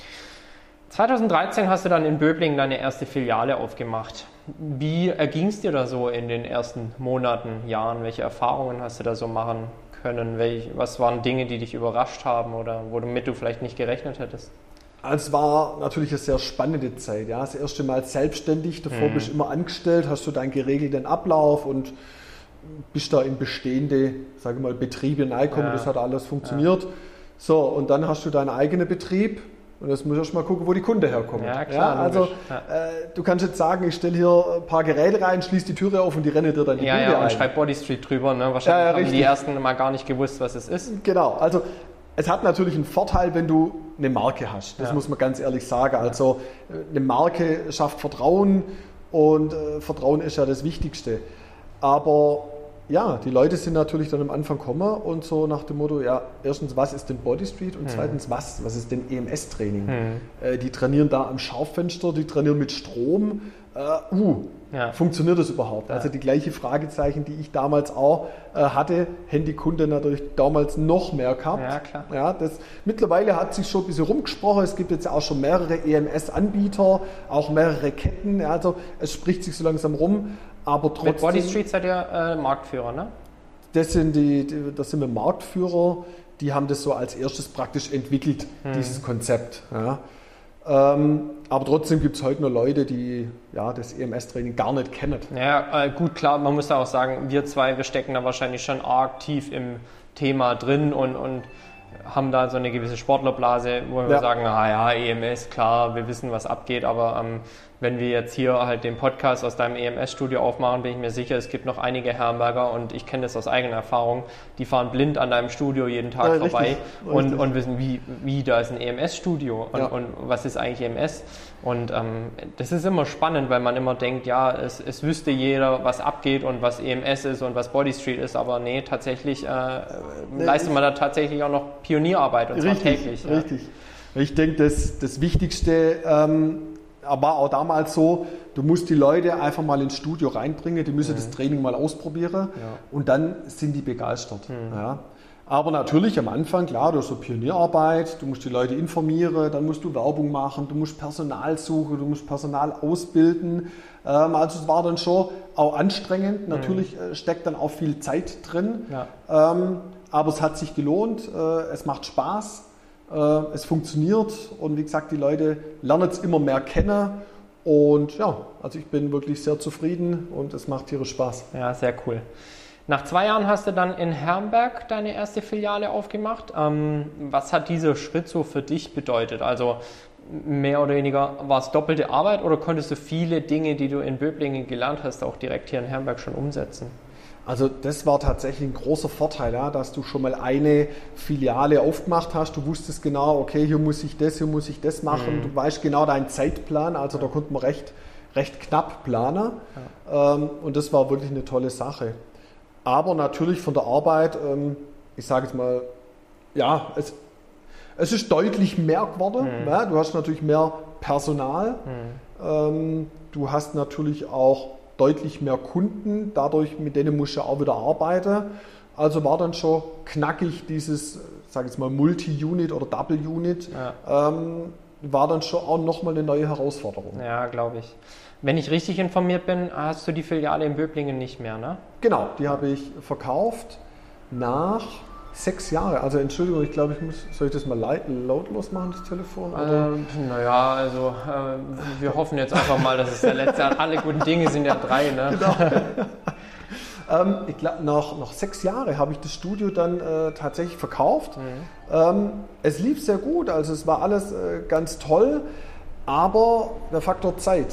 2013 hast du dann in Böblingen deine erste Filiale aufgemacht. Wie erging es dir da so in den ersten Monaten, Jahren? Welche Erfahrungen hast du da so machen können? Was waren Dinge, die dich überrascht haben oder womit du vielleicht nicht gerechnet hättest? Es war natürlich eine sehr spannende Zeit. Ja. Das erste Mal selbstständig, davor bist du immer angestellt, hast du deinen geregelten Ablauf und bist da in bestehende, sage ich mal, Betriebe reingekommen. Das hat alles funktioniert. So, und dann hast du deinen eigenen Betrieb. Und jetzt muss ich erst mal gucken, wo die Kunden herkommen. Ja, klar. Ja, also du kannst jetzt sagen, ich stelle hier ein paar Geräte rein, schließe die Türe auf und die rennen dir dann die Kunden ein. Und schreib Bodystreet drüber. Ne? Wahrscheinlich haben die ersten mal gar nicht gewusst, was es ist. Genau, also es hat natürlich einen Vorteil, wenn du eine Marke hast. Das muss man ganz ehrlich sagen. Also eine Marke schafft Vertrauen und Vertrauen ist ja das Wichtigste. Aber ja, die Leute sind natürlich dann am Anfang gekommen und so nach dem Motto, ja, erstens, was ist denn Bodystreet und zweitens, was ist denn EMS-Training? Die trainieren da am Schaufenster, die trainieren mit Strom. Funktioniert das überhaupt? Ja. Also die gleiche Fragezeichen, die ich damals auch hatte, haben die Kunden natürlich damals noch mehr gehabt. Ja, klar. Ja, mittlerweile hat sich schon ein bisschen rumgesprochen, es gibt jetzt auch schon mehrere EMS-Anbieter, auch mehrere Ketten, also es spricht sich so langsam rum. Aber trotzdem, mit Bodystreet seid ihr Marktführer, ne? Das sind wir Marktführer, die haben das so als erstes praktisch entwickelt, dieses Konzept. Ja. Aber trotzdem gibt es heute noch Leute, die das EMS-Training gar nicht kennen. Ja, gut, klar, man muss ja auch sagen, wir stecken da wahrscheinlich schon arg tief im Thema drin und haben da so eine gewisse Sportlerblase, wo wir sagen, EMS, klar, wir wissen, was abgeht, aber wenn wir jetzt hier halt den Podcast aus deinem EMS-Studio aufmachen, bin ich mir sicher, es gibt noch einige Herrenberger und ich kenne das aus eigener Erfahrung, die fahren blind an deinem Studio jeden Tag vorbei und wissen, wie da ist ein EMS-Studio und was ist eigentlich EMS. Und das ist immer spannend, weil man immer denkt, ja, es wüsste jeder, was abgeht und was EMS ist und was Body Street ist, aber nee, tatsächlich leistet man da tatsächlich auch noch Pionierarbeit und zwar täglich. Richtig. Ich denke, das Wichtigste war auch damals so, du musst die Leute einfach mal ins Studio reinbringen, die müssen das Training mal ausprobieren und dann sind die begeistert. Ja. Aber natürlich am Anfang, klar, durch so Pionierarbeit, du musst die Leute informieren, dann musst du Werbung machen, du musst Personal suchen, du musst Personal ausbilden. Also es war dann schon auch anstrengend, natürlich steckt dann auch viel Zeit drin, aber es hat sich gelohnt, es macht Spaß. Es funktioniert und wie gesagt, die Leute lernen es immer mehr kennen und ja, also ich bin wirklich sehr zufrieden und es macht tierisch Spaß. Ja, sehr cool. Nach 2 Jahren hast du dann in Herrenberg deine erste Filiale aufgemacht. Was hat dieser Schritt so für dich bedeutet? Also mehr oder weniger war es doppelte Arbeit oder konntest du viele Dinge, die du in Böblingen gelernt hast, auch direkt hier in Herrenberg schon umsetzen? Also das war tatsächlich ein großer Vorteil, ja, dass du schon mal eine Filiale aufgemacht hast. Du wusstest genau, okay, hier muss ich das machen. Du weißt genau deinen Zeitplan, also da konnte man recht knapp planen. Und das war wirklich eine tolle Sache. Aber natürlich von der Arbeit, ich sage jetzt mal, ja, es ist deutlich mehr geworden. Ja, du hast natürlich mehr Personal. Du hast natürlich auch deutlich mehr Kunden, dadurch mit denen musst du auch wieder arbeiten. Also war dann schon knackig dieses, sage ich jetzt mal, Multi-Unit oder Double-Unit, war dann schon auch nochmal eine neue Herausforderung. Ja, glaube ich. Wenn ich richtig informiert bin, hast du die Filiale in Böblingen nicht mehr, ne? Genau, die habe ich verkauft nach 6 Jahren. Also Entschuldigung, ich glaube, soll ich das mal lautlos machen, das Telefon? Naja, also wir hoffen jetzt einfach mal, dass es der letzte, alle guten Dinge sind ja 3, ne? Genau. Ich glaube, nach 6 Jahren habe ich das Studio dann tatsächlich verkauft. Es lief sehr gut, also es war alles ganz toll, aber der Faktor Zeit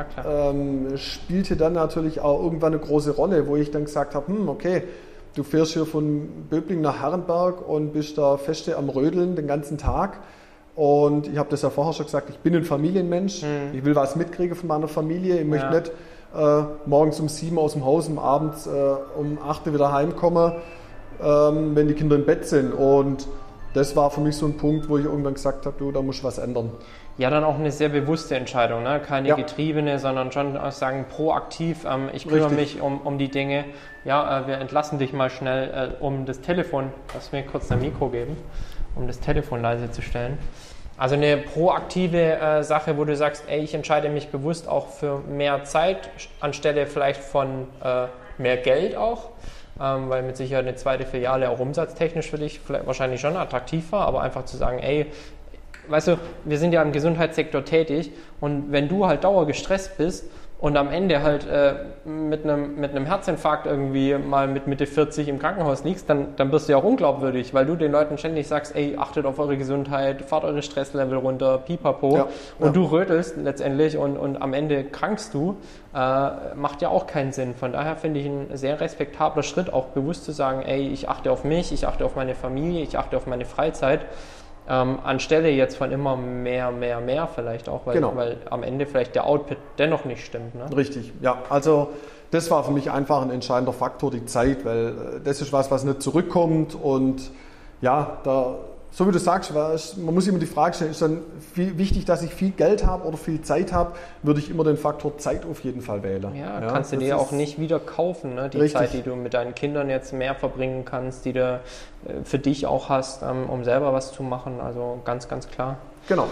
spielte dann natürlich auch irgendwann eine große Rolle, wo ich dann gesagt habe, okay, du fährst hier von Böblingen nach Herrenberg und bist da feste am Rödeln den ganzen Tag. Und ich habe das ja vorher schon gesagt, ich bin ein Familienmensch. Ich will was mitkriegen von meiner Familie. Ich möchte nicht morgens um 7 aus dem Haus und abends um 8 wieder heimkommen, wenn die Kinder im Bett sind. Und das war für mich so ein Punkt, wo ich irgendwann gesagt habe, da muss ich was ändern. Ja, dann auch eine sehr bewusste Entscheidung, ne? Keine getriebene, sondern schon sagen proaktiv, ich kümmere mich um die Dinge. Ja, wir entlassen dich mal schnell um das Telefon, lass mir kurz ein Mikro geben, um das Telefon leise zu stellen. Also eine proaktive Sache, wo du sagst, ich entscheide mich bewusst auch für mehr Zeit, anstelle vielleicht von mehr Geld auch, weil mit Sicherheit eine zweite Filiale auch umsatztechnisch für dich vielleicht wahrscheinlich schon attraktiv war, aber einfach zu sagen, weißt du, wir sind ja im Gesundheitssektor tätig und wenn du halt dauergestresst bist und am Ende halt mit einem Herzinfarkt irgendwie mal mit Mitte 40 im Krankenhaus liegst, dann wirst du ja auch unglaubwürdig, weil du den Leuten ständig sagst, achtet auf eure Gesundheit, fahrt eure Stresslevel runter, pipapo, und du rötelst letztendlich und am Ende krankst du, macht ja auch keinen Sinn. Von daher finde ich ein sehr respektabler Schritt, auch bewusst zu sagen, ich achte auf mich, ich achte auf meine Familie, ich achte auf meine Freizeit, anstelle jetzt von immer mehr vielleicht auch, weil am Ende vielleicht der Output dennoch nicht stimmt. Ne? Richtig, ja. Also das war für mich einfach ein entscheidender Faktor, die Zeit, weil das ist was nicht zurückkommt und ja, so wie du sagst, man muss immer die Frage stellen, ist dann wichtig, dass ich viel Geld habe oder viel Zeit habe, würde ich immer den Faktor Zeit auf jeden Fall wählen. Ja, kannst du dir auch nicht wieder kaufen, ne? Die richtig. Zeit, die du mit deinen Kindern jetzt mehr verbringen kannst, die du für dich auch hast, um selber was zu machen, also ganz, ganz klar. Genau.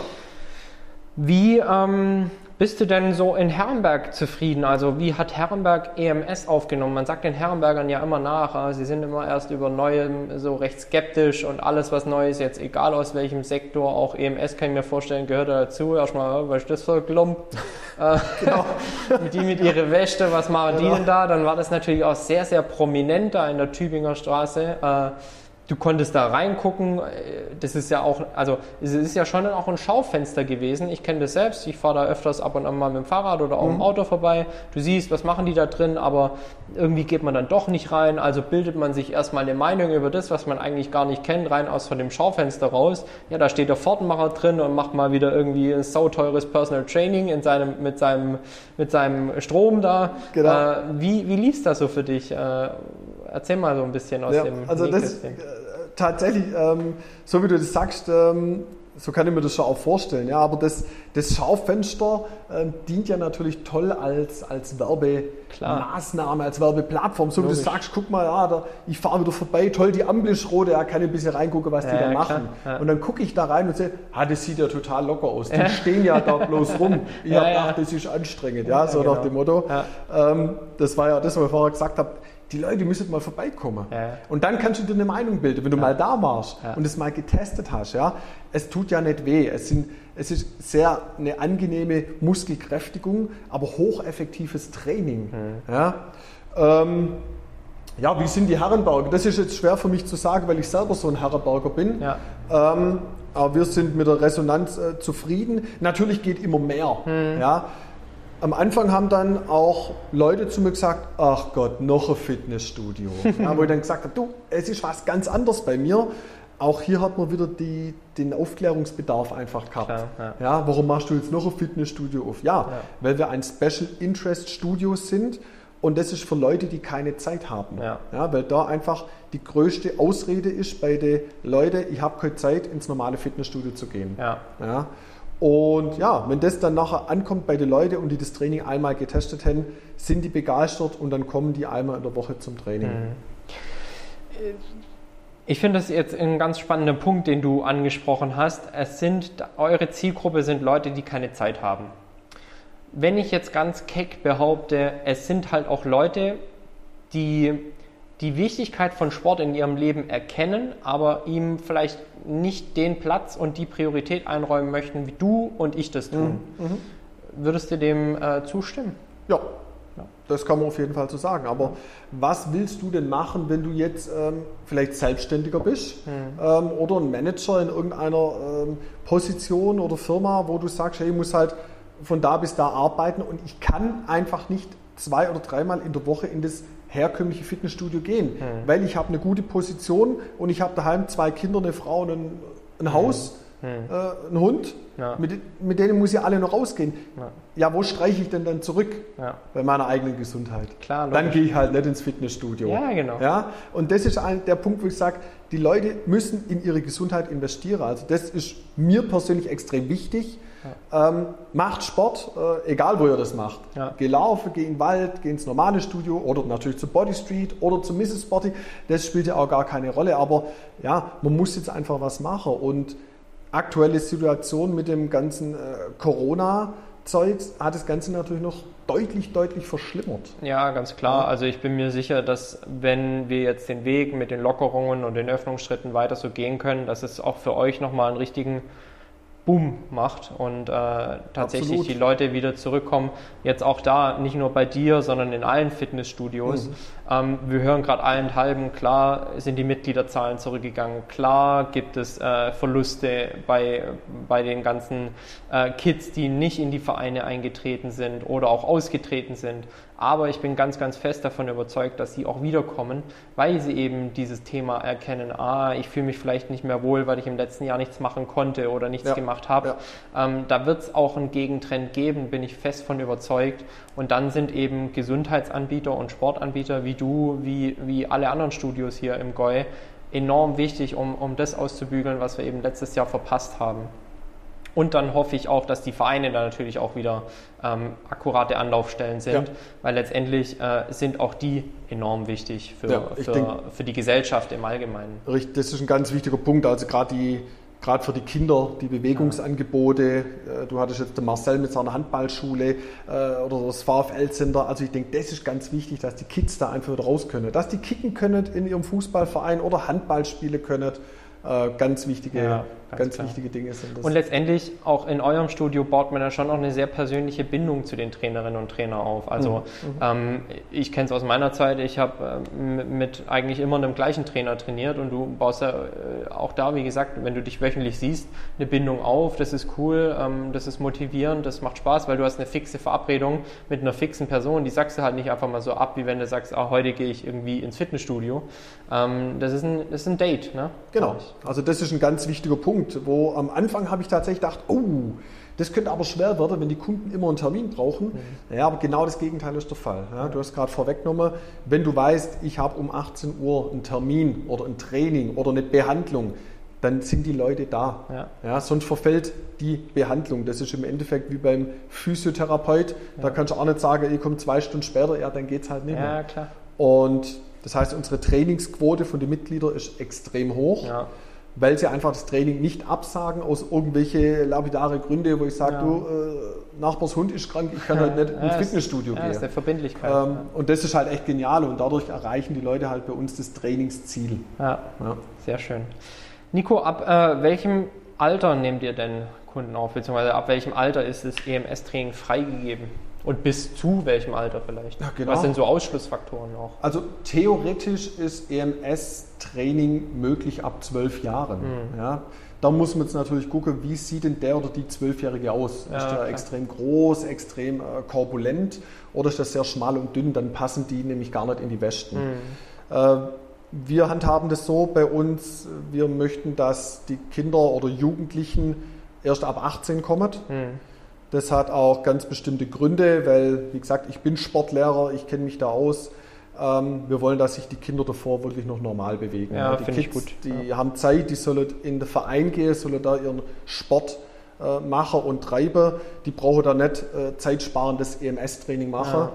Wie bist du denn so in Herrenberg zufrieden? Also wie hat Herrenberg EMS aufgenommen? Man sagt den Herrenbergern ja immer nach, sie sind immer erst über Neuem so recht skeptisch und alles was neu ist, jetzt egal aus welchem Sektor, auch EMS kann ich mir vorstellen, gehört da dazu. Erstmal, was ist das für ein Klump? Genau. Die mit ihrer Wäsche, was machen die denn da? Dann war das natürlich auch sehr, sehr prominent da in der Tübinger Straße. Du konntest da reingucken, das ist ja auch, also es ist ja schon auch ein Schaufenster gewesen. Ich kenne das selbst, ich fahre da öfters ab und an mal mit dem Fahrrad oder auch im Auto vorbei. Du siehst, was machen die da drin, aber irgendwie geht man dann doch nicht rein. Also bildet man sich erstmal eine Meinung über das, was man eigentlich gar nicht kennt, rein aus von dem Schaufenster raus. Ja, da steht der Fortenmacher drin und macht mal wieder irgendwie ein sauteures Personal Training mit seinem Strom da. Genau. Wie lief das so für dich? Erzähl mal so ein bisschen aus dem Nähkästchen. Tatsächlich, so wie du das sagst, so kann ich mir das schon auch vorstellen. Ja, aber das Schaufenster dient ja natürlich toll als Werbemaßnahme, als Werbeplattform. So wie du sagst, guck mal, ich fahre wieder vorbei, toll, die Ampel ist rot, da kann ich ein bisschen reingucken, was die da machen. Ja. Und dann gucke ich da rein und sehe, das sieht ja total locker aus. Die stehen ja da bloß rum. Ich habe gedacht, das ist anstrengend. Ja, so nach dem Motto. Ja. Das war ja das, was ich vorher gesagt habe. Die Leute müssen mal vorbeikommen. Ja. Und dann kannst du dir eine Meinung bilden, wenn du mal da warst und es mal getestet hast. Ja? Es tut ja nicht weh. Es ist sehr eine angenehme Muskelkräftigung, aber hocheffektives Training. Ja? Wie sind die Herrenberger? Das ist jetzt schwer für mich zu sagen, weil ich selber so ein Herrenberger bin. Ja. Aber wir sind mit der Resonanz zufrieden. Natürlich geht immer mehr. Ja? Am Anfang haben dann auch Leute zu mir gesagt, ach Gott, noch ein Fitnessstudio. Ja, wo ich dann gesagt habe, es ist was ganz anderes bei mir. Auch hier hat man wieder den Aufklärungsbedarf einfach gehabt. Klar, ja, warum machst du jetzt noch ein Fitnessstudio auf? Weil wir ein Special Interest Studio sind und das ist für Leute, die keine Zeit haben. Ja, weil da einfach die größte Ausrede ist bei den Leuten, ich habe keine Zeit, ins normale Fitnessstudio zu gehen. Ja. Und wenn das dann nachher ankommt bei den Leuten und die das Training einmal getestet haben, sind die begeistert und dann kommen die einmal in der Woche zum Training. Ich finde das jetzt ein ganz spannender Punkt, den du angesprochen hast. Eure Zielgruppe sind Leute, die keine Zeit haben. Wenn ich jetzt ganz keck behaupte, es sind halt auch Leute, die die Wichtigkeit von Sport in ihrem Leben erkennen, aber ihm vielleicht nicht den Platz und die Priorität einräumen möchten, wie du und ich das tun. Würdest du dem zustimmen? Ja, das kann man auf jeden Fall so sagen. Aber was willst du denn machen, wenn du jetzt vielleicht Selbstständiger bist oder ein Manager in irgendeiner Position oder Firma, wo du sagst, hey, ich muss halt von da bis da arbeiten und ich kann einfach nicht 2 oder 3 Mal in der Woche in das herkömmliche Fitnessstudio gehen, weil ich habe eine gute Position und ich habe daheim 2 Kinder, eine Frau und ein Haus, einen Hund, mit denen muss ich alle noch rausgehen. Ja, wo streiche ich denn dann zurück? Bei meiner eigenen Gesundheit. Klar, dann gehe ich halt nicht ins Fitnessstudio. Ja, genau. Ja? Und das ist der Punkt, wo ich sage, die Leute müssen in ihre Gesundheit investieren. Also das ist mir persönlich extrem wichtig. Macht Sport, egal wo ihr das macht. Geh laufen, geh in den Wald, geh ins normale Studio oder natürlich zu Body Street oder zu Mrs. Sporty. Das spielt ja auch gar keine Rolle, aber man muss jetzt einfach was machen. Und aktuelle Situation mit dem ganzen Corona-Zeug hat das Ganze natürlich noch deutlich verschlimmert. Ja, ganz klar. Also ich bin mir sicher, dass wenn wir jetzt den Weg mit den Lockerungen und den Öffnungsschritten weiter so gehen können, dass es auch für euch nochmal einen richtigen Boom macht und tatsächlich Absolut. Die Leute wieder zurückkommen. Jetzt auch da, nicht nur bei dir, sondern in allen Fitnessstudios. Wir hören gerade allenthalben, klar sind die Mitgliederzahlen zurückgegangen, klar gibt es Verluste bei den ganzen Kids, die nicht in die Vereine eingetreten sind oder auch ausgetreten sind. Aber ich bin ganz fest davon überzeugt, dass sie auch wiederkommen, weil sie eben dieses Thema erkennen, ich fühle mich vielleicht nicht mehr wohl, weil ich im letzten Jahr nichts machen konnte oder nichts gemacht habe. Da wird es auch einen Gegentrend geben, bin ich fest von überzeugt. Und dann sind eben Gesundheitsanbieter und Sportanbieter wie du, wie alle anderen Studios hier im Goi enorm wichtig, um das auszubügeln, was wir eben letztes Jahr verpasst haben. Und dann hoffe ich auch, dass die Vereine da natürlich auch wieder akkurate Anlaufstellen sind, weil letztendlich sind auch die enorm wichtig für die Gesellschaft im Allgemeinen. Richtig, das ist ein ganz wichtiger Punkt. Also gerade für die Kinder, die Bewegungsangebote. Du hattest jetzt den Marcel mit seiner Handballschule oder das VfL-Center. Also ich denke, das ist ganz wichtig, dass die Kids da einfach wieder raus können. Dass die kicken können in ihrem Fußballverein oder Handball spielen können. Ganz wichtige ganz wichtige Dinge sind das. Und letztendlich auch in eurem Studio baut man ja schon auch eine sehr persönliche Bindung zu den Trainerinnen und Trainern auf. Also ich kenne es aus meiner Zeit, ich habe mit eigentlich immer einem gleichen Trainer trainiert und du baust ja auch da, wie gesagt, wenn du dich wöchentlich siehst, eine Bindung auf, das ist cool, das ist motivierend, das macht Spaß, weil du hast eine fixe Verabredung mit einer fixen Person, die sagst du halt nicht einfach mal so ab, wie wenn du sagst, heute gehe ich irgendwie ins Fitnessstudio. Das ist ein Date, ne? Genau, also das ist ein ganz wichtiger Punkt, wo am Anfang habe ich tatsächlich gedacht, das könnte aber schwer werden, wenn die Kunden immer einen Termin brauchen. Ja, aber genau das Gegenteil ist der Fall. Ja, du hast gerade vorweggenommen, wenn du weißt, ich habe um 18 Uhr einen Termin oder ein Training oder eine Behandlung, dann sind die Leute da. Ja, sonst verfällt die Behandlung. Das ist im Endeffekt wie beim Physiotherapeut. Da kannst du auch nicht sagen, ihr kommt 2 Stunden später, dann geht es halt nicht mehr. Ja, klar. Und das heißt, unsere Trainingsquote von den Mitgliedern ist extrem hoch, weil sie einfach das Training nicht absagen aus irgendwelche lapidare Gründe, wo ich sage, du, Nachbars Hund ist krank, ich kann halt nicht ins Fitnessstudio gehen. Das ist eine Verbindlichkeit. Und das ist halt echt genial und dadurch erreichen die Leute halt bei uns das Trainingsziel. Ja. Sehr schön. Nico, ab welchem Alter nehmt ihr denn Kunden auf, beziehungsweise ab welchem Alter ist das EMS-Training freigegeben? Und bis zu welchem Alter vielleicht? Ja, genau. Was sind so Ausschlussfaktoren auch? Also theoretisch ist EMS-Training möglich ab 12 Jahren. Ja, da muss man jetzt natürlich gucken, wie sieht denn der oder die 12-Jährige aus? Ist der extrem groß, extrem korpulent oder ist das sehr schmal und dünn? Dann passen die nämlich gar nicht in die Westen. Wir handhaben das so bei uns, wir möchten, dass die Kinder oder Jugendlichen erst ab 18 kommen. Das hat auch ganz bestimmte Gründe, weil, wie gesagt, ich bin Sportlehrer, ich kenne mich da aus. Wir wollen, dass sich die Kinder davor wirklich noch normal bewegen. Ja, die Kids, die haben Zeit, die sollen in den Verein gehen, sollen da ihren Sport machen und treiben. Die brauchen da nicht zeitsparendes EMS-Training machen.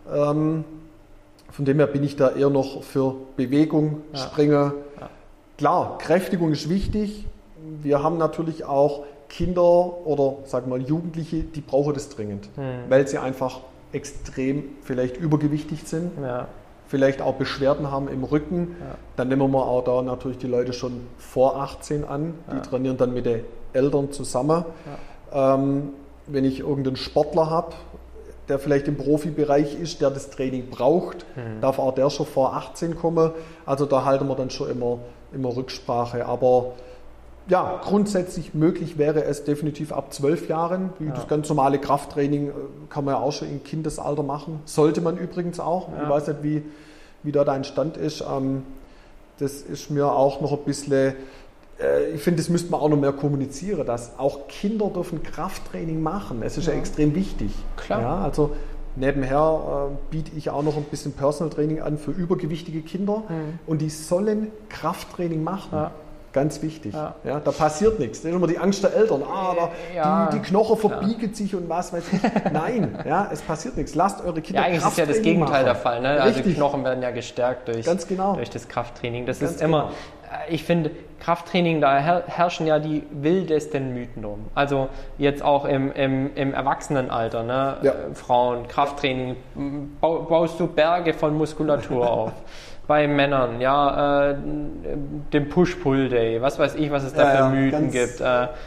Von dem her bin ich da eher noch für Bewegung, Springen. Klar, Kräftigung ist wichtig. Wir haben natürlich auch Kinder oder sagen wir mal Jugendliche, die brauchen das dringend, weil sie einfach extrem vielleicht übergewichtig sind, vielleicht auch Beschwerden haben im Rücken. Dann nehmen wir auch da natürlich die Leute schon vor 18 an, die trainieren dann mit den Eltern zusammen. Wenn ich irgendeinen Sportler habe, der vielleicht im Profibereich ist, der das Training braucht, darf auch der schon vor 18 kommen. Also da halten wir dann schon immer Rücksprache. Aber ja, grundsätzlich möglich wäre es definitiv ab 12 Jahren. Wie das ganz normale Krafttraining kann man ja auch schon im Kindesalter machen. Sollte man übrigens auch. Ich weiß nicht, wie da dein Stand ist. Das ist mir auch noch ein bisschen... Ich finde, das müsste man auch noch mehr kommunizieren, dass auch Kinder dürfen Krafttraining machen. Es ist ja extrem wichtig. Klar. Ja, also nebenher biete ich auch noch ein bisschen Personal Training an für übergewichtige Kinder und die sollen Krafttraining machen. Ganz wichtig. Ja, da passiert nichts. Das ist immer die Angst der Eltern. Die Knochen verbiegen sich und was weiß ich. Nein, es passiert nichts. Lasst eure Kinder eigentlich ist ja das Gegenteil der Fall. Ne? Also die Knochen werden ja gestärkt durch das Krafttraining. Das ist immer, ich finde, Krafttraining, da herrschen ja die wildesten Mythen drum. Also jetzt auch im Erwachsenenalter, ne? Frauen, Krafttraining, baust du Berge von Muskulatur auf. Bei Männern, dem Push-Pull-Day, was weiß ich, was es da für Mythen gibt.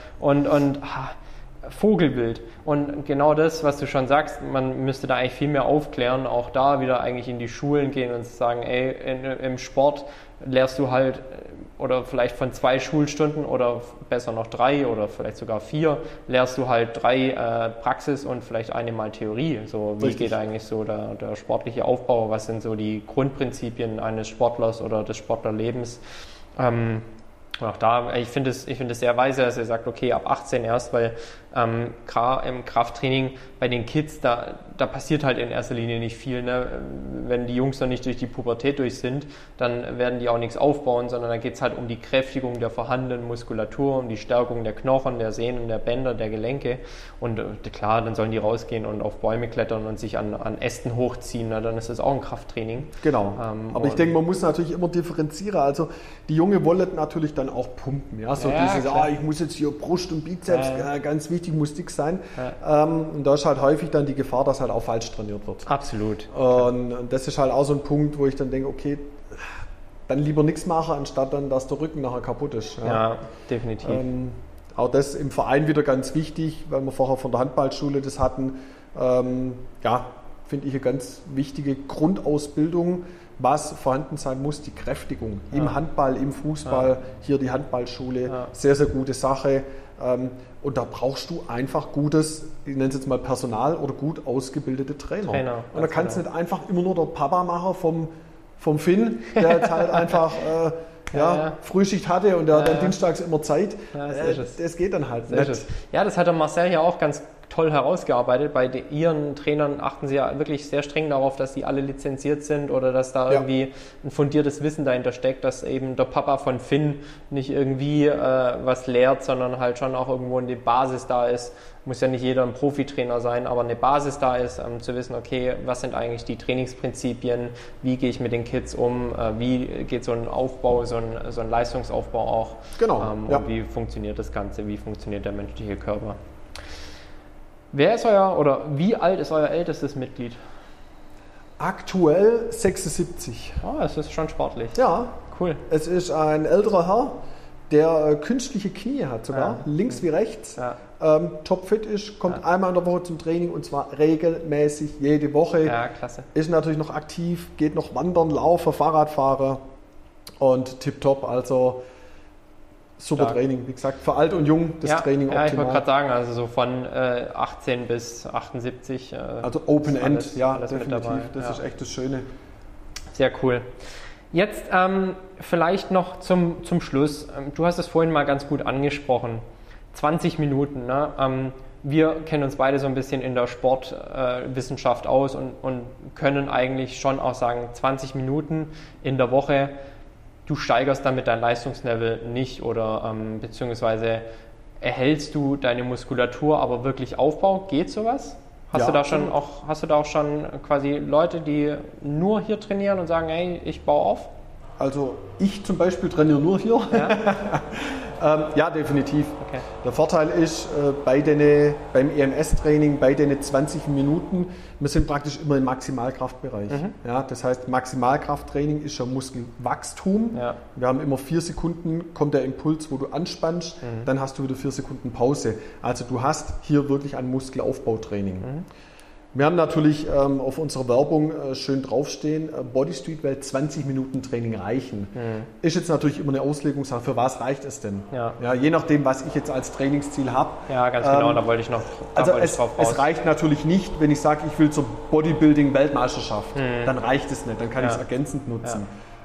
Vogelwild. Und genau das, was du schon sagst, man müsste da eigentlich viel mehr aufklären, auch da wieder eigentlich in die Schulen gehen und sagen, im Sport lehrst du halt oder vielleicht von 2 Schulstunden oder besser noch 3 oder vielleicht sogar 4, lehrst du halt 3 Praxis und vielleicht eine mal Theorie. So, wie geht eigentlich so der sportliche Aufbau, was sind so die Grundprinzipien eines Sportlers oder des Sportlerlebens. Auch da, ich finde es sehr weise, dass er sagt, okay, ab 18 erst, weil im Krafttraining bei den Kids, da passiert halt in erster Linie nicht viel. Ne? Wenn die Jungs noch nicht durch die Pubertät durch sind, dann werden die auch nichts aufbauen, sondern da geht es halt um die Kräftigung der vorhandenen Muskulatur, um die Stärkung der Knochen, der Sehnen, der Bänder, der Gelenke. Und klar, dann sollen die rausgehen und auf Bäume klettern und sich an Ästen hochziehen. Na, dann ist das auch ein Krafttraining. Genau. Aber ich denke, man muss natürlich immer differenzieren. Also die Junge wollen natürlich dann auch pumpen. Ja? So dieses, ich muss jetzt hier Brust und Bizeps, ganz wichtig, muss dick sein. Und da ist halt häufig dann die Gefahr, dass halt auch falsch trainiert wird. Absolut. Und das ist halt auch so ein Punkt, wo ich dann denke, okay, dann lieber nichts machen, anstatt dann, dass der Rücken nachher kaputt ist. Ja, definitiv. Auch das im Verein wieder ganz wichtig, weil wir vorher von der Handballschule das hatten. Finde ich eine ganz wichtige Grundausbildung, was vorhanden sein muss, die Kräftigung im Handball, im Fußball, hier die Handballschule, sehr, sehr gute Sache. Und da brauchst du einfach gutes, ich nenne es jetzt mal Personal oder gut ausgebildete Trainer. Und da kannst du nicht einfach immer nur der Papa machen vom Finn, der jetzt halt einfach Frühschicht hatte und der hat dann dienstags immer Zeit. Das geht dann halt nicht. Ja, das hat der Marcel ja auch ganz toll herausgearbeitet. Bei ihren Trainern achten sie ja wirklich sehr streng darauf, dass sie alle lizenziert sind oder dass da irgendwie ein fundiertes Wissen dahinter steckt, dass eben der Papa von Finn nicht irgendwie was lehrt, sondern halt schon auch irgendwo eine Basis da ist. Muss ja nicht jeder ein Profitrainer sein, aber eine Basis da ist, zu wissen, okay, was sind eigentlich die Trainingsprinzipien, wie gehe ich mit den Kids um, wie geht so ein Aufbau, so ein Leistungsaufbau auch, und wie funktioniert das Ganze, wie funktioniert der menschliche Körper. Wer ist wie alt ist euer ältestes Mitglied? Aktuell 76. Oh, das ist schon sportlich. Ja, cool. Es ist ein älterer Herr, der künstliche Knie hat sogar, links wie rechts, topfit ist, kommt einmal in der Woche zum Training und zwar regelmäßig jede Woche. Ja, klasse. Ist natürlich noch aktiv, geht noch wandern, laufen, Fahrradfahren und tipptopp, also super Training, wie gesagt, für alt und jung das Training optimal. Ja, ich wollte gerade sagen, also so von 18 bis 78. Also Open End, alles definitiv, mit dabei. Das ist echt das Schöne. Sehr cool. Jetzt vielleicht noch zum Schluss. Du hast es vorhin mal ganz gut angesprochen. 20 Minuten. Ne? Wir kennen uns beide so ein bisschen in der Sportwissenschaft aus und können eigentlich schon auch sagen, 20 Minuten in der Woche, du steigerst damit dein Leistungslevel nicht oder beziehungsweise erhältst du deine Muskulatur, aber wirklich Aufbau? Geht sowas? Hast du da auch schon quasi Leute, die nur hier trainieren und sagen, hey, ich baue auf? Also ich zum Beispiel trainiere nur hier. Ja, definitiv. Okay. Der Vorteil ist beim EMS-Training, bei den 20 Minuten, wir sind praktisch immer im Maximalkraftbereich. Ja, das heißt, Maximalkrafttraining ist ja Muskelwachstum. Ja. Wir haben immer 4 Sekunden, kommt der Impuls, wo du anspannst, dann hast du wieder 4 Sekunden Pause. Also du hast hier wirklich ein Muskelaufbautraining. Wir haben natürlich auf unserer Werbung schön draufstehen, Body Street Welt 20 Minuten Training reichen. Ist jetzt natürlich immer eine Auslegungssache, für was reicht es denn? Ja, je nachdem, was ich jetzt als Trainingsziel habe. Ja, ganz genau, da wollte ich noch drauf raus. Es reicht natürlich nicht, wenn ich sage, ich will zur Bodybuilding-Weltmeisterschaft, dann reicht es nicht, dann kann ich es ergänzend nutzen.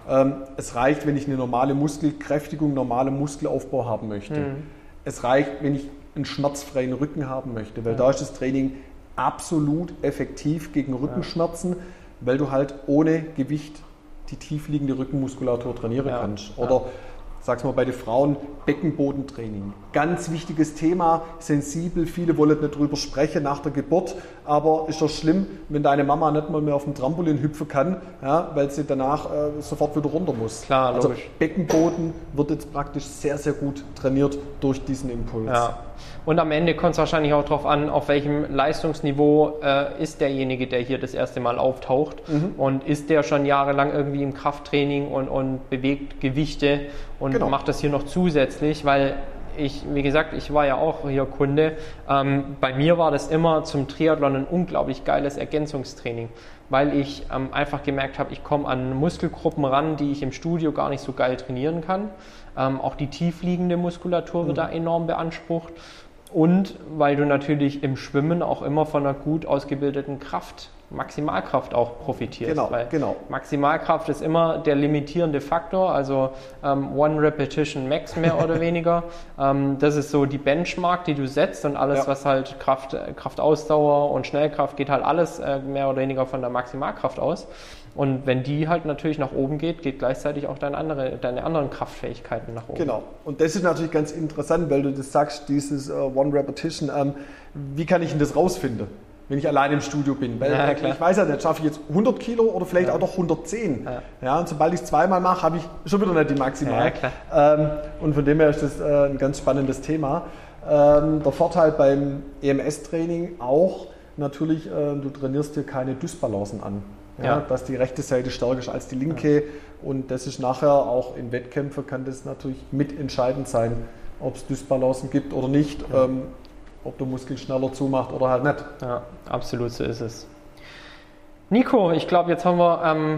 Es reicht, wenn ich eine normale Muskelkräftigung, normale Muskelaufbau haben möchte. Es reicht, wenn ich einen schmerzfreien Rücken haben möchte, weil da ist das Training absolut effektiv gegen Rückenschmerzen, weil du halt ohne Gewicht die tiefliegende Rückenmuskulatur trainieren kannst. Oder sag's mal bei den Frauen, Beckenbodentraining. Ganz wichtiges Thema, sensibel, viele wollen nicht drüber sprechen nach der Geburt, aber ist doch schlimm, wenn deine Mama nicht mal mehr auf dem Trampolin hüpfen kann, weil sie danach sofort wieder runter muss. Klar, also logisch. Beckenboden wird jetzt praktisch sehr, sehr gut trainiert durch diesen Impuls. Ja. Und am Ende kommt es wahrscheinlich auch darauf an, auf welchem Leistungsniveau ist derjenige, der hier das erste Mal auftaucht und ist der schon jahrelang irgendwie im Krafttraining und bewegt Gewichte und macht das hier noch zusätzlich, weil wie gesagt, ich war ja auch hier Kunde. Bei mir war das immer zum Triathlon ein unglaublich geiles Ergänzungstraining, weil ich einfach gemerkt habe, ich komme an Muskelgruppen ran, die ich im Studio gar nicht so geil trainieren kann. Auch die tiefliegende Muskulatur wird da enorm beansprucht. Und weil du natürlich im Schwimmen auch immer von einer gut ausgebildeten Maximalkraft auch profitierst. Genau. Maximalkraft ist immer der limitierende Faktor, also One Repetition Max mehr oder weniger. Das ist so die Benchmark, die du setzt und alles, was halt Kraftausdauer und Schnellkraft geht halt alles mehr oder weniger von der Maximalkraft aus. Und wenn die halt natürlich nach oben geht gleichzeitig auch deine anderen Kraftfähigkeiten nach oben. Genau. Und das ist natürlich ganz interessant, weil du das sagst, dieses One Repetition. Wie kann ich denn das rausfinden, wenn ich allein im Studio bin? Weil ich weiß ja nicht, schaffe ich jetzt 100 Kilo oder vielleicht auch noch 110. Ja, und sobald ich es zweimal mache, habe ich schon wieder nicht die Maximal. Und von dem her ist das ein ganz spannendes Thema. Der Vorteil beim EMS-Training auch natürlich, du trainierst dir keine Dysbalancen an. ja, dass die rechte Seite stärker ist als die linke. Und das ist nachher auch in Wettkämpfen kann das natürlich mitentscheidend sein, ob es Dysbalancen gibt oder nicht, ob der Muskel schneller zumacht oder halt nicht. Ja, absolut, so ist es. Nico, ich glaube, jetzt haben wir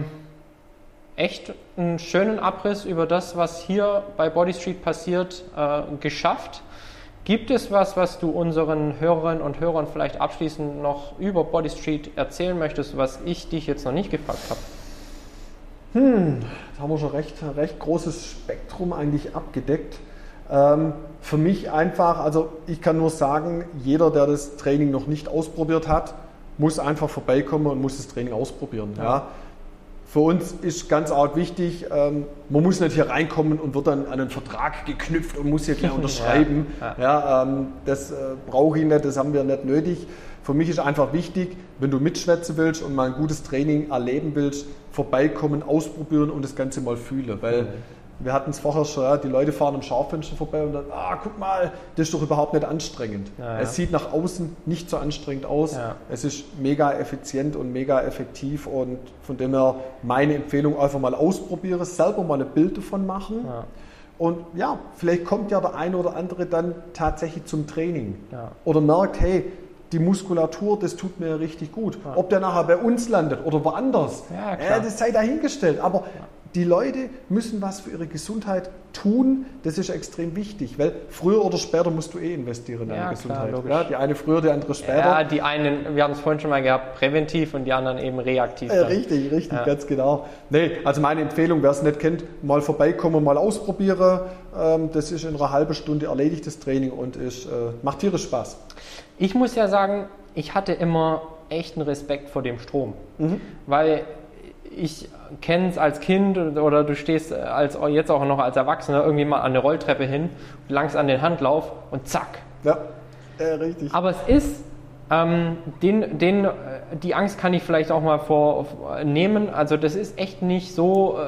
echt einen schönen Abriss über das, was hier bei Bodystreet passiert, geschafft. Gibt es was du unseren Hörerinnen und Hörern vielleicht abschließend noch über Bodystreet erzählen möchtest, was ich dich jetzt noch nicht gefragt habe? Da haben wir schon recht großes Spektrum eigentlich abgedeckt. Für mich einfach, also ich kann nur sagen, jeder, der das Training noch nicht ausprobiert hat, muss einfach vorbeikommen und muss das Training ausprobieren. Ja. Für uns ist ganz arg wichtig, man muss nicht hier reinkommen und wird dann an einen Vertrag geknüpft und muss hier gleich unterschreiben. Das brauche ich nicht, das haben wir nicht nötig. Für mich ist einfach wichtig, wenn du mitschwätzen willst und mal ein gutes Training erleben willst, vorbeikommen, ausprobieren und das Ganze mal fühlen. Weil wir hatten es vorher schon, die Leute fahren am Schaufenster vorbei und dann, guck mal, das ist doch überhaupt nicht anstrengend. Es sieht nach außen nicht so anstrengend aus. Es ist mega effizient und mega effektiv und von dem her meine Empfehlung, einfach mal ausprobieren, selber mal ein Bild davon machen. Und ja, vielleicht kommt ja der eine oder andere dann tatsächlich zum Training oder merkt, hey, die Muskulatur, das tut mir richtig gut. Ob der nachher bei uns landet oder woanders, das sei dahingestellt. Aber die Leute müssen was für ihre Gesundheit tun, das ist extrem wichtig, weil früher oder später musst du investieren in deine Gesundheit. Klar, die eine früher, die andere später. Ja, die einen, wir haben es vorhin schon mal gehabt, präventiv und die anderen eben reaktiv. Richtig, ganz genau. Nee, also meine Empfehlung, wer es nicht kennt, mal vorbeikommen, mal ausprobieren. Das ist in einer halben Stunde erledigt, das Training und macht tierisch Spaß. Ich muss ja sagen, ich hatte immer echten Respekt vor dem Strom, weil ich kenne es als Kind oder du stehst jetzt auch noch als Erwachsener irgendwie mal an eine Rolltreppe hin, langst an den Handlauf und zack. Ja, richtig. Aber es ist, die Angst kann ich vielleicht auch mal vornehmen, also das ist echt nicht so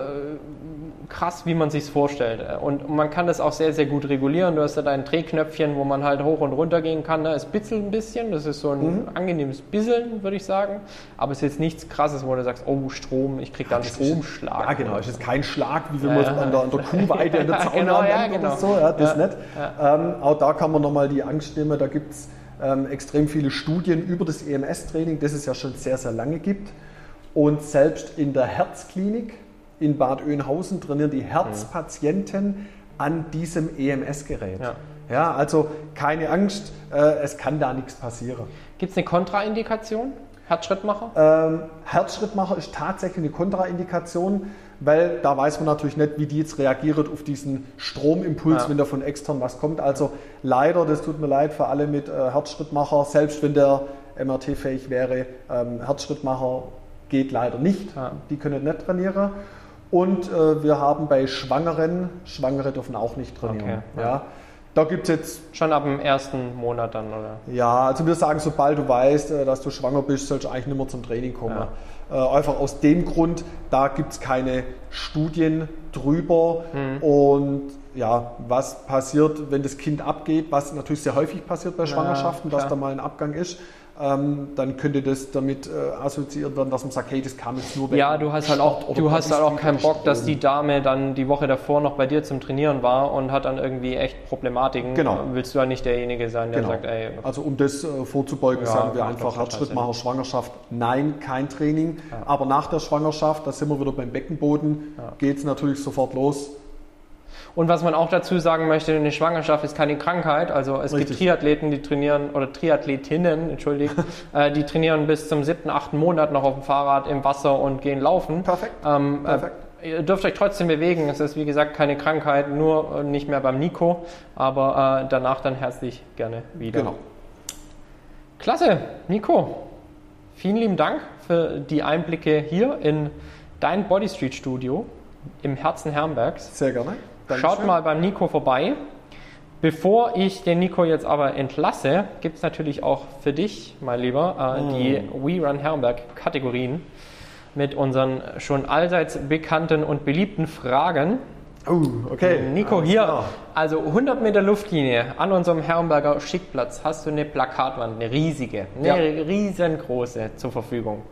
krass, wie man sich es vorstellt. Und man kann das auch sehr, sehr gut regulieren. Du hast da dein Drehknöpfchen, wo man halt hoch und runter gehen kann. Es bitzelt ein bisschen, das ist so ein angenehmes Bisseln, würde ich sagen. Aber es ist jetzt nichts Krasses, wo du sagst, oh Strom, ich krieg da einen Stromschlag. Ja genau, es ist kein Schlag, wie wenn man an der Kuhweide in der Zaun oder so. Ja, das nicht. Auch da kann man nochmal die Angst nehmen. Da gibt es extrem viele Studien über das EMS-Training, das es ja schon sehr, sehr lange gibt. Und selbst in der Herzklinik in Bad Oeynhausen trainieren die Herzpatienten an diesem EMS-Gerät. Ja, also keine Angst, es kann da nichts passieren. Gibt es eine Kontraindikation? Herzschrittmacher? Herzschrittmacher ist tatsächlich eine Kontraindikation, weil da weiß man natürlich nicht, wie die jetzt reagiert auf diesen Stromimpuls, wenn da von extern was kommt. Also leider, das tut mir leid für alle mit Herzschrittmacher, selbst wenn der MRT-fähig wäre, Herzschrittmacher geht leider nicht. Die können nicht trainieren. Und wir haben bei Schwangere dürfen auch nicht trainieren. Okay. Da gibt es jetzt... Schon ab dem ersten Monat dann, oder? Ja, also wir sagen, sobald du weißt, dass du schwanger bist, sollst du eigentlich nicht mehr zum Training kommen. Einfach aus dem Grund, da gibt es keine Studien drüber. Und ja, was passiert, wenn das Kind abgeht, was natürlich sehr häufig passiert bei Schwangerschaften, dass da mal ein Abgang ist. Dann könnte das damit assoziiert werden, dass man sagt, hey, das kam jetzt nur Ja, du hast halt auch keinen Bock, dass die Dame dann die Woche davor noch bei dir zum Trainieren war und hat dann irgendwie echt Problematiken. Genau. Willst du ja nicht derjenige sein, der sagt, ey... Also um das vorzubeugen, sagen wir einfach Herzschrittmacher, Schwangerschaft, nein, kein Training. Aber nach der Schwangerschaft, da sind wir wieder beim Beckenboden, geht es natürlich sofort los. Und was man auch dazu sagen möchte, eine Schwangerschaft ist keine Krankheit. Also es gibt Triathleten, die trainieren, oder Triathletinnen, die trainieren bis zum 7., 8. Monat noch auf dem Fahrrad, im Wasser und gehen laufen. Perfekt. Ihr dürft euch trotzdem bewegen. Es ist wie gesagt keine Krankheit, nur nicht mehr beim Nico. Aber danach dann herzlich gerne wieder. Genau. Klasse, Nico. Vielen lieben Dank für die Einblicke hier in dein Bodystreet Studio im Herzen Herrenbergs. Sehr gerne. Schaut mal beim Nico vorbei. Bevor ich den Nico jetzt aber entlasse, gibt es natürlich auch für dich, mein Lieber, die We Run Herrenberg Kategorien mit unseren schon allseits bekannten und beliebten Fragen. Okay. Nico, hier, also 100 Meter Luftlinie an unserem Herrenberger Schickplatz hast du eine Plakatwand, eine riesige, riesengroße zur Verfügung.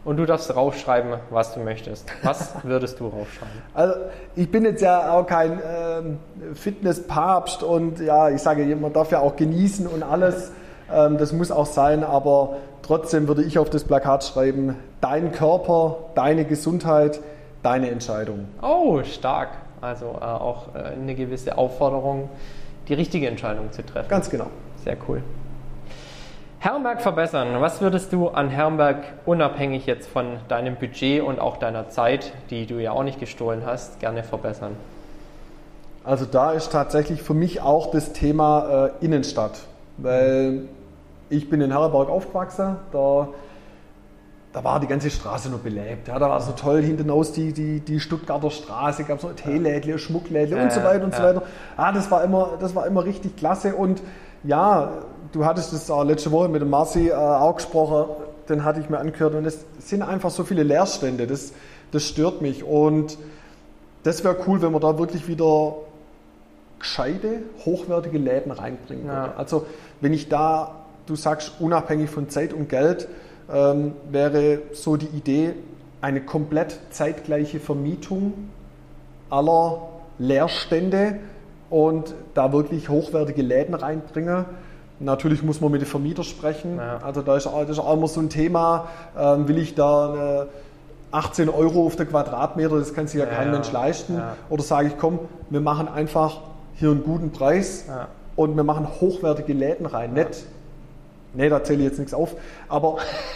und du darfst raufschreiben, was du möchtest. Was würdest du raufschreiben? Also ich bin jetzt ja auch kein Fitnesspapst und ja, ich sage, man darf ja auch genießen und alles. Das muss auch sein, aber trotzdem würde ich auf das Plakat schreiben, dein Körper, deine Gesundheit, deine Entscheidung. Oh, stark. Also auch eine gewisse Aufforderung, die richtige Entscheidung zu treffen. Ganz genau. Sehr cool. Herrenberg verbessern. Was würdest du an Herrenberg, unabhängig jetzt von deinem Budget und auch deiner Zeit, die du ja auch nicht gestohlen hast, gerne verbessern? Also da ist tatsächlich für mich auch das Thema Innenstadt, weil ich bin in Herrenberg aufgewachsen, da war die ganze Straße noch belebt. Ja, da war so toll hinten aus die Stuttgarter Straße, gab es noch Teelädle, Schmucklädle und so weiter und so weiter. Das war immer richtig klasse und ja, du hattest das letzte Woche mit dem Marci auch gesprochen, den hatte ich mir angehört und es sind einfach so viele Leerstände, das stört mich und das wäre cool, wenn man da wirklich wieder gescheite, hochwertige Läden reinbringen würde. Also wenn ich da, du sagst unabhängig von Zeit und Geld, wäre so die Idee, eine komplett zeitgleiche Vermietung aller Leerstände und da wirklich hochwertige Läden reinbringen. Natürlich muss man mit den Vermietern sprechen. Ja. Also das ist auch immer so ein Thema. Will ich da 18 € auf den Quadratmeter, das kann sich ja kein Mensch leisten. Ja. Oder sage ich, komm, wir machen einfach hier einen guten Preis und wir machen hochwertige Läden rein. Nee, da zähle ich jetzt nichts auf. Aber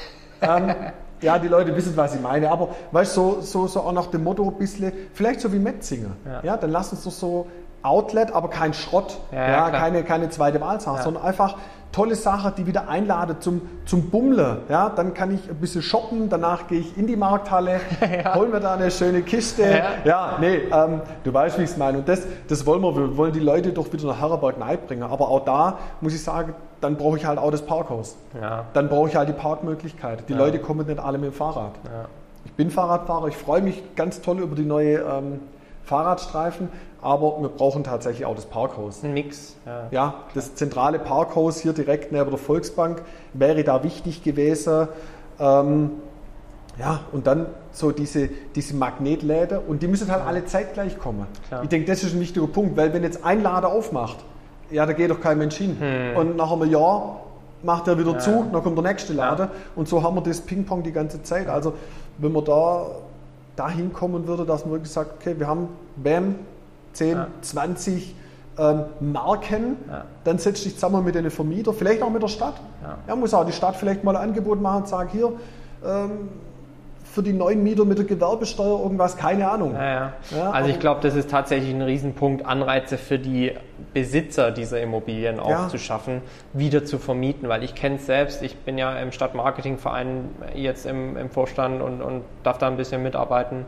ja, die Leute wissen, was ich meine. Aber weißt du, so auch nach dem Motto ein bisschen, vielleicht so wie Metzinger. Ja, dann lass uns doch so Outlet, aber kein Schrott, keine zweite Wahlsache, sondern einfach tolle Sache, die wieder einladet zum Bummeln. Ja, dann kann ich ein bisschen shoppen, danach gehe ich in die Markthalle, hol mir da eine schöne Kiste. Du weißt, wie ich es meine. Und das wollen wir wollen die Leute doch wieder nach Herrenberg bringen. Aber auch da muss ich sagen, dann brauche ich halt auch das Parkhaus. Ja. Dann brauche ich halt die Parkmöglichkeit. Die Leute kommen nicht alle mit dem Fahrrad. Ja. Ich bin Fahrradfahrer, ich freue mich ganz toll über die neue Fahrradstreifen, aber wir brauchen tatsächlich auch das Parkhaus. Ein Mix. Ja, das zentrale Parkhaus hier direkt neben der Volksbank wäre da wichtig gewesen. Und dann so diese Magnetläden und die müssen halt alle zeitgleich kommen. Klar. Ich denke, das ist ein wichtiger Punkt, weil wenn jetzt ein Laden aufmacht, da geht doch kein Mensch hin. Und nach einem Jahr macht er wieder zu, dann kommt der nächste Laden und so haben wir das Ping-Pong die ganze Zeit. Also wenn man dahin kommen würde, dass man wirklich sagt, okay, wir haben 10, 20 Marken, dann setzt dich zusammen mit den Vermietern, vielleicht auch mit der Stadt. Ja, muss auch die Stadt vielleicht mal ein Angebot machen und sagen, hier, für die neuen Mieter mit der Gewerbesteuer irgendwas, keine Ahnung. Also ich glaube, das ist tatsächlich ein Riesenpunkt, Anreize für die Besitzer dieser Immobilien auch zu schaffen, wieder zu vermieten, weil ich kenne es selbst, ich bin ja im Stadtmarketingverein jetzt im Vorstand und darf da ein bisschen mitarbeiten.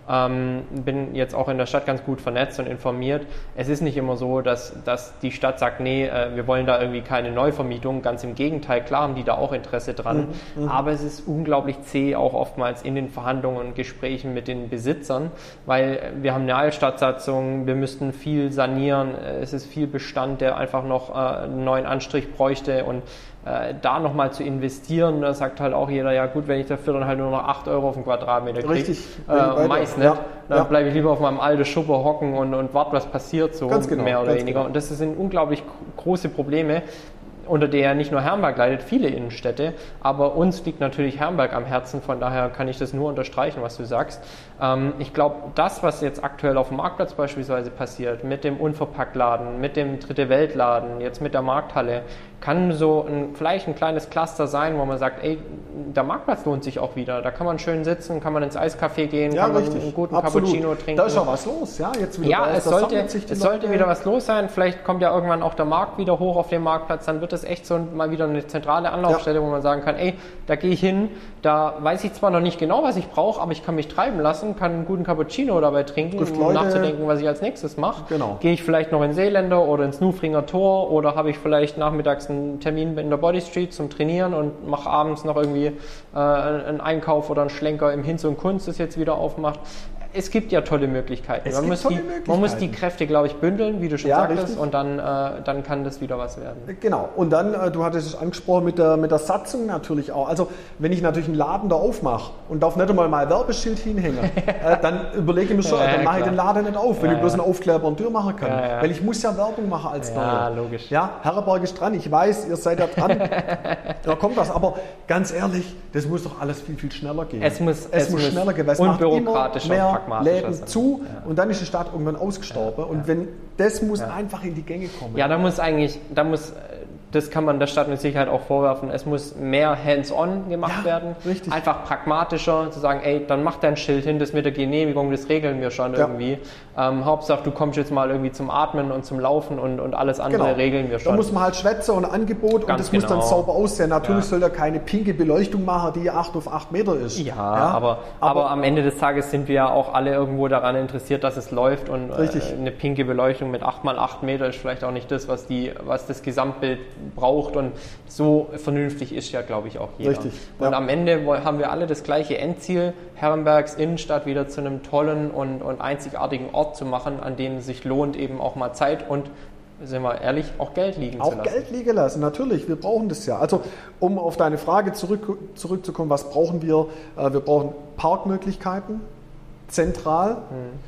Bin jetzt auch in der Stadt ganz gut vernetzt und informiert. Es ist nicht immer so, dass die Stadt sagt, nee, wir wollen da irgendwie keine Neuvermietung. Ganz im Gegenteil, klar haben die da auch Interesse dran. Aber es ist unglaublich zäh, auch oftmals in den Verhandlungen und Gesprächen mit den Besitzern, weil wir haben eine Altstadtsatzung, wir müssten viel sanieren, es ist viel Bestand, der einfach noch einen neuen Anstrich bräuchte und da nochmal zu investieren, da sagt halt auch jeder, ja gut, wenn ich dafür dann halt nur noch 8 € auf den Quadratmeter kriege, meist nicht, dann bleibe ich lieber auf meinem alten Schuppe hocken und warte, was passiert, so mehr oder weniger. Und das sind unglaublich große Probleme, unter der nicht nur Herrenberg leidet, viele Innenstädte, aber uns liegt natürlich Herrenberg am Herzen, von daher kann ich das nur unterstreichen, was du sagst. Ich glaube, das, was jetzt aktuell auf dem Marktplatz beispielsweise passiert, mit dem Unverpacktladen, mit dem Dritte-Welt-Laden, jetzt mit der Markthalle, kann so vielleicht ein kleines Cluster sein, wo man sagt, ey, der Marktplatz lohnt sich auch wieder, da kann man schön sitzen, kann man ins Eiscafé gehen, kann man einen guten Cappuccino trinken. Da ist auch was los, jetzt wieder. Es sollte wieder was los sein, vielleicht kommt ja irgendwann auch der Markt wieder hoch auf den Marktplatz, dann wird es echt so mal wieder eine zentrale Anlaufstelle, wo man sagen kann, ey, da gehe ich hin, da weiß ich zwar noch nicht genau, was ich brauche, aber ich kann mich treiben lassen, kann einen guten Cappuccino dabei trinken, um nachzudenken, was ich als nächstes mache. Genau. Gehe ich vielleicht noch in Seeländer oder ins Nufringer Tor oder habe ich vielleicht nachmittags einen Termin in der Body Street zum Trainieren und mache abends noch irgendwie einen Einkauf oder einen Schlenker im Hinz und Kunst, das jetzt wieder aufmacht. es gibt ja tolle Möglichkeiten. Man muss die Kräfte, glaube ich, bündeln, wie du schon sagtest, richtig. Und dann kann das wieder was werden. Genau. Und dann, du hattest es angesprochen, mit der Satzung natürlich auch. Also wenn ich natürlich einen Laden da aufmache und darf nicht einmal mein Werbeschild hinhängen, dann überlege ich mir schon, dann mache ich den Laden nicht auf, wenn ich bloß einen aufklärbaren Tür machen kann. Weil ich muss ja Werbung machen als Neuer. Ja, logisch. Ja, Herrenberg ist dran. Ich weiß, ihr seid ja dran. Da kommt was. Aber ganz ehrlich, das muss doch alles viel, viel schneller gehen. Es muss schneller gehen, weil es macht immer mehr Läden sein. zu und dann ist die Stadt irgendwann ausgestorben. Und wenn das muss einfach in die Gänge kommen. Ja, das kann man der Stadt mit Sicherheit auch vorwerfen. Es muss mehr hands-on gemacht werden. Richtig. Einfach pragmatischer, zu sagen, ey, dann mach dein Schild hin, das mit der Genehmigung, das regeln wir schon irgendwie. Hauptsache, du kommst jetzt mal irgendwie zum Atmen und zum Laufen und alles andere regeln wir schon. Da muss man halt Schwätze und Angebot und das muss dann sauber aussehen. Natürlich soll da keine pinke Beleuchtung machen, die 8 auf 8 Meter ist. Aber am Ende des Tages sind wir ja auch alle irgendwo daran interessiert, dass es läuft und eine pinke Beleuchtung mit 8 mal 8 Meter ist vielleicht auch nicht das, was das Gesamtbild braucht und so vernünftig ist ja, glaube ich, auch jeder. Richtig. Und am Ende haben wir alle das gleiche Endziel, Herrenbergs Innenstadt wieder zu einem tollen und einzigartigen Ort zu machen, an dem es sich lohnt, eben auch mal Zeit und, sind wir ehrlich, auch Geld liegen zu lassen. Auch Geld liegen lassen, natürlich, wir brauchen das ja. Also, um auf deine Frage zurückzukommen, was brauchen wir? Wir brauchen Parkmöglichkeiten, zentral.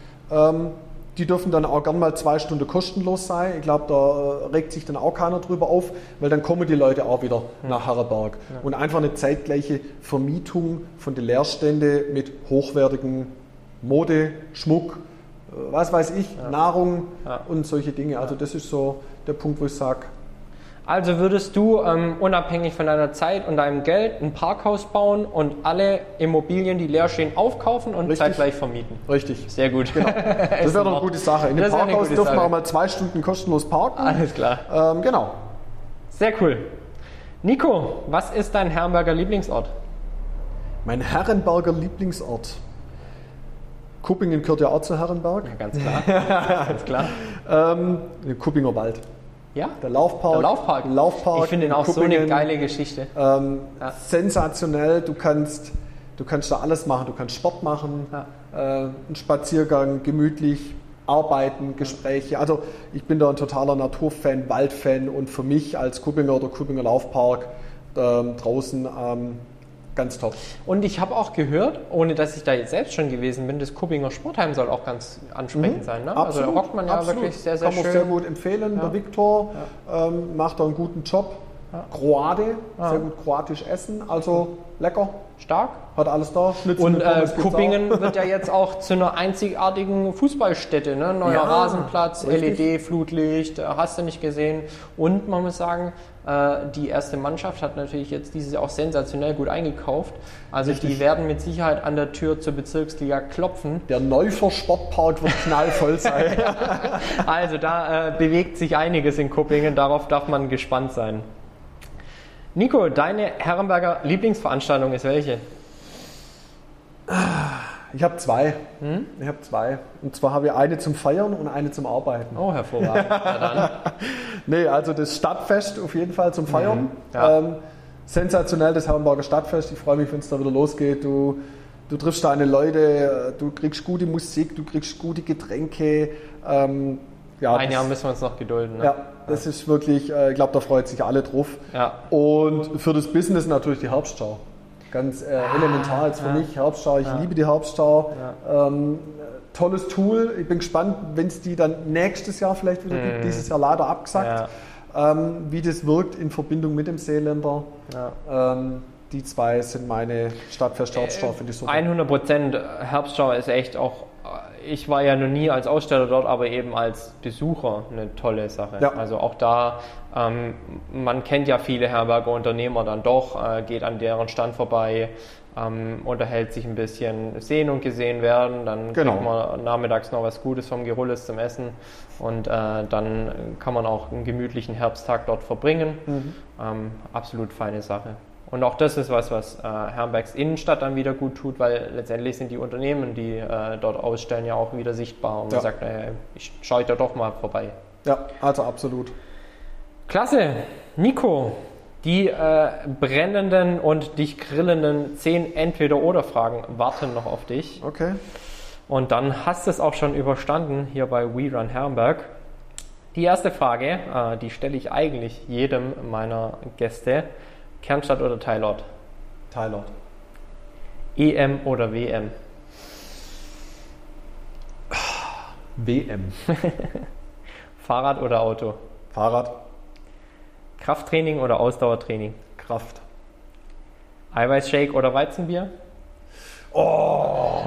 Die dürfen dann auch gern mal 2 Stunden kostenlos sein. Ich glaube, da regt sich dann auch keiner drüber auf, weil dann kommen die Leute auch wieder nach Herrenberg. Ja. Und einfach eine zeitgleiche Vermietung von den Leerständen mit hochwertigen Mode, Schmuck, was weiß ich, Nahrung und solche Dinge. Also das ist so der Punkt, wo ich sage. Also würdest du unabhängig von deiner Zeit und deinem Geld ein Parkhaus bauen und alle Immobilien, die leer stehen, aufkaufen und zeitgleich vermieten? Richtig. Sehr gut. Genau. Das wäre doch eine gute Sache. In dem Parkhaus dürfen wir auch mal 2 Stunden kostenlos parken. Alles klar. Genau. Sehr cool. Nico, was ist dein Herrenberger Lieblingsort? Mein Herrenberger Lieblingsort? Kuppingen gehört ja auch zu Herrenberg. Ja, ganz klar. Ganz klar. Kuppinger Wald. Ja? Der Laufpark. Ich finde ihn auch so eine geile Geschichte. Sensationell. Du kannst da alles machen. Du kannst Sport machen, einen Spaziergang, gemütlich arbeiten, Gespräche. Also ich bin da ein totaler Naturfan, Waldfan und für mich als Kuppinger oder Kuppinger Laufpark draußen ganz top. Und ich habe auch gehört, ohne dass ich da jetzt selbst schon gewesen bin, das Kuppinger Sportheim soll auch ganz ansprechend sein. Ne? Absolut, also da hockt man ja wirklich sehr, sehr schön. Kann man sehr gut empfehlen. Der Viktor macht da einen guten Job. Kroate, sehr gut kroatisch essen, also lecker. Stark. Hat alles da. Schnitzel und Kuppingen wird ja jetzt auch zu einer einzigartigen Fußballstätte. Ne? Neuer Rasenplatz, LED, Flutlicht, hast du nicht gesehen. Und man muss sagen, die erste Mannschaft hat natürlich jetzt dieses Jahr auch sensationell gut eingekauft. Also die werden mit Sicherheit an der Tür zur Bezirksliga klopfen. Der Neufer Sportpark wird knallvoll sein. Also da bewegt sich einiges in Kuppingen, darauf darf man gespannt sein. Nico, deine Herrenberger Lieblingsveranstaltung ist welche? Ich habe 2. Und zwar habe ich eine zum Feiern und eine zum Arbeiten. Oh, hervorragend. Ja, dann. Nee, also das Stadtfest auf jeden Fall zum Feiern. Sensationell, das Herrenberger Stadtfest. Ich freue mich, wenn es da wieder losgeht. Du triffst deine Leute, du kriegst gute Musik, du kriegst gute Getränke. Ein Jahr müssen wir uns noch gedulden. Ne? Ja, das ist wirklich, ich glaube, da freut sich alle drauf. Ja. Und für das Business natürlich die Herbstschau. Ganz elementar jetzt für mich, Herbstschau. Ich liebe die Herbstschau. Ja. Tolles Tool. Ich bin gespannt, wenn es die dann nächstes Jahr vielleicht wieder gibt. Dieses Jahr leider abgesagt. Ja. Wie das wirkt in Verbindung mit dem Seeländer. Ja. Die 2 sind meine Stadtfest-Herbstschau, finde ich super. 100%. Herbstschau ist echt auch, ich war ja noch nie als Aussteller dort, aber eben als Besucher eine tolle Sache. Ja. Also auch da, man kennt ja viele Herrenberger Unternehmer dann doch, geht an deren Stand vorbei, unterhält sich ein bisschen, sehen und gesehen werden, dann kriegt man nachmittags noch was Gutes vom Gerulles zum Essen und dann kann man auch einen gemütlichen Herbsttag dort verbringen. Absolut feine Sache. Und auch das ist was Herrenbergs Innenstadt dann wieder gut tut, weil letztendlich sind die Unternehmen, die dort ausstellen, ja auch wieder sichtbar. Und man sagt, ich schaue da doch mal vorbei. Ja, also absolut. Klasse. Nico, die brennenden und dich grillenden 10 Entweder-Oder-Fragen warten noch auf dich. Okay. Und dann hast du es auch schon überstanden hier bei We Run Herrenberg. Die erste Frage, die stelle ich eigentlich jedem meiner Gäste. Kernstadt oder Teilort? Teilort. EM oder WM? WM. Fahrrad oder Auto? Fahrrad. Krafttraining oder Ausdauertraining? Kraft. Eiweißshake oder Weizenbier? Oh!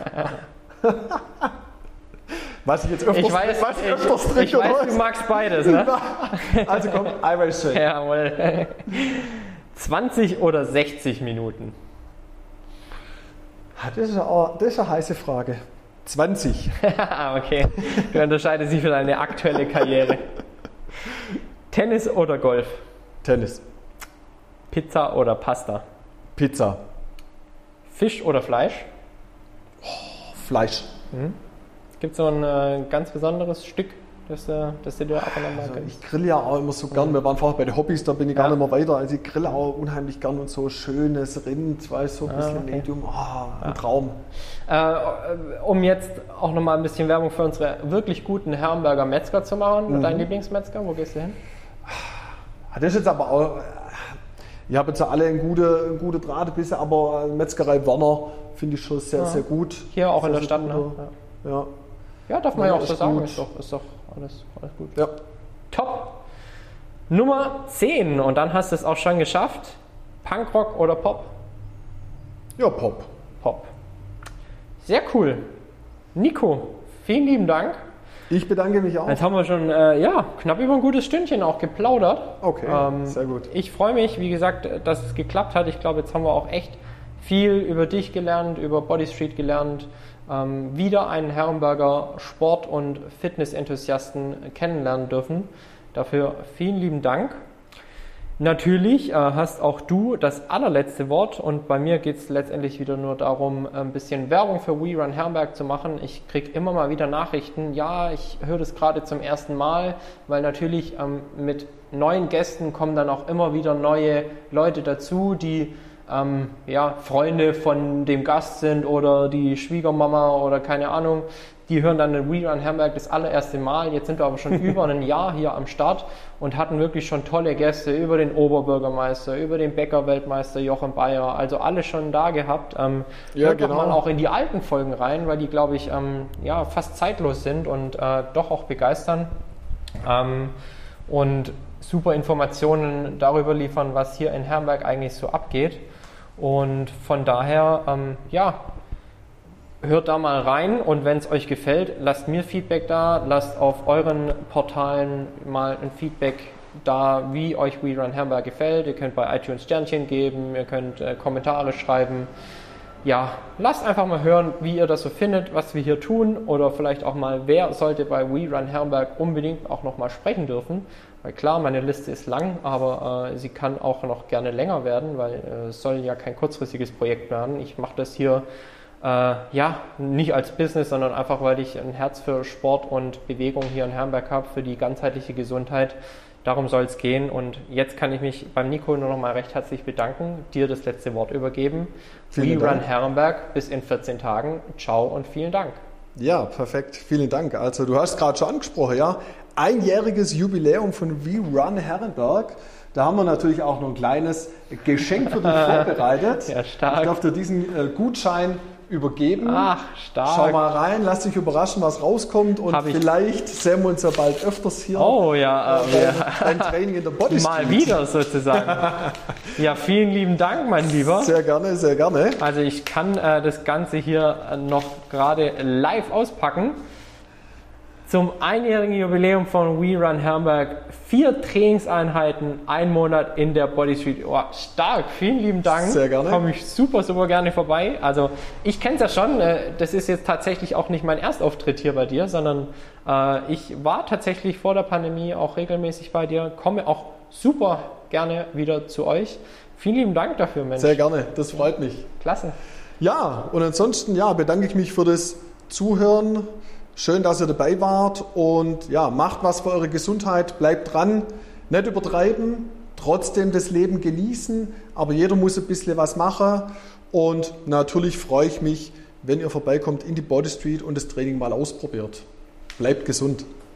Was ich jetzt öfters trinke. Ich weiß, du magst beides, ne? Also komm, Eiweißshake. Jawohl. 20 oder 60 Minuten? Das ist eine heiße Frage. 20. Okay, du unterscheidest dich für deine aktuelle Karriere. Tennis oder Golf? Tennis. Pizza oder Pasta? Pizza. Fisch oder Fleisch? Fleisch. Gibt es so ein ganz besonderes Stück, das du dir ab und an mal gönnst? Ich grille ja auch immer so gern. Wir waren vorher bei den Hobbys, da bin ich gar nicht mehr weiter. Also ich grille auch unheimlich gern und so schönes Rind, weißt so ein bisschen Medium. Ein Traum. Um jetzt auch nochmal ein bisschen Werbung für unsere wirklich guten Herrenberger Metzger zu machen. Dein Lieblingsmetzger, wo gehst du hin? Das ist jetzt aber auch... Ich habe jetzt alle einen gute Draht bisher, aber Metzgerei Werner finde ich schon sehr, sehr gut. Hier auch sehr, in der Stadt, ne? Ja, darf man ja auch so sagen. Ist doch alles gut. Ja. Top. Nummer 10. Und dann hast du es auch schon geschafft. Punkrock oder Pop? Ja, Pop. Pop. Sehr cool. Nico, vielen lieben Dank. Ich bedanke mich auch. Jetzt haben wir schon knapp über ein gutes Stündchen auch geplaudert. Okay, sehr gut. Ich freue mich, wie gesagt, dass es geklappt hat. Ich glaube, jetzt haben wir auch echt viel über dich gelernt, über Body Street gelernt. Wieder einen Herrenberger Sport- und Fitness-Enthusiasten kennenlernen dürfen. Dafür vielen lieben Dank. Natürlich hast auch du das allerletzte Wort und bei mir geht es letztendlich wieder nur darum, ein bisschen Werbung für We Run Herrenberg zu machen. Ich kriege immer mal wieder Nachrichten, ja, ich höre das gerade zum ersten Mal, weil natürlich mit neuen Gästen kommen dann auch immer wieder neue Leute dazu, die Freunde von dem Gast sind oder die Schwiegermama oder keine Ahnung. Die hören dann den We Run Herrenberg das allererste Mal. Jetzt sind wir aber schon über ein Jahr hier am Start und hatten wirklich schon tolle Gäste über den Oberbürgermeister, über den Bäcker-Weltmeister Jochen Bayer, also alle schon da gehabt. Hört doch mal auch in die alten Folgen rein, weil die, glaube ich, fast zeitlos sind und doch auch begeistern und super Informationen darüber liefern, was hier in Herrenberg eigentlich so abgeht. Und von daher, hört da mal rein und wenn es euch gefällt, lasst mir Feedback da, lasst auf euren Portalen mal ein Feedback da, wie euch We Run Herrenberg gefällt. Ihr könnt bei iTunes Sternchen geben, ihr könnt Kommentare schreiben. Ja, lasst einfach mal hören, wie ihr das so findet, was wir hier tun oder vielleicht auch mal, wer sollte bei We Run Herrenberg unbedingt auch nochmal sprechen dürfen. Weil klar, meine Liste ist lang, aber sie kann auch noch gerne länger werden, weil es soll ja kein kurzfristiges Projekt werden. Ich mache das hier nicht als Business, sondern einfach, weil ich ein Herz für Sport und Bewegung hier in Herrenberg habe, für die ganzheitliche Gesundheit. Darum soll es gehen und jetzt kann ich mich beim Nico nur noch mal recht herzlich bedanken, dir das letzte Wort übergeben. We Run Herrenberg bis in 14 Tagen. Ciao und vielen Dank. Ja, perfekt. Vielen Dank. Also du hast gerade schon angesprochen, ja, einjähriges Jubiläum von We Run Herrenberg. Da haben wir natürlich auch noch ein kleines Geschenk für dich vorbereitet. Ja, stark. Ich darf dir diesen Gutschein übergeben. Ach, stark. Schau mal rein, lass dich überraschen, was rauskommt und vielleicht sehen wir uns ja bald öfters hier. Oh ja, beim Training in der Body Street. Mal wieder sozusagen. Ja, vielen lieben Dank, mein Lieber. Sehr gerne, sehr gerne. Also ich kann das Ganze hier noch gerade live auspacken. Zum einjährigen Jubiläum von We Run Herrenberg 4 Trainingseinheiten, 1 Monat in der Body Street. Oh, stark, vielen lieben Dank. Sehr gerne. Komme ich super gerne vorbei. Also ich kenne es ja schon, das ist jetzt tatsächlich auch nicht mein Erstauftritt hier bei dir, sondern ich war tatsächlich vor der Pandemie auch regelmäßig bei dir, komme auch super gerne wieder zu euch. Vielen lieben Dank dafür, Mensch. Sehr gerne, das freut mich. Klasse. Ja, und ansonsten bedanke ich mich für das Zuhören. Schön, dass ihr dabei wart und macht was für eure Gesundheit, bleibt dran, nicht übertreiben, trotzdem das Leben genießen, aber jeder muss ein bisschen was machen und natürlich freue ich mich, wenn ihr vorbeikommt in die Body Street und das Training mal ausprobiert. Bleibt gesund.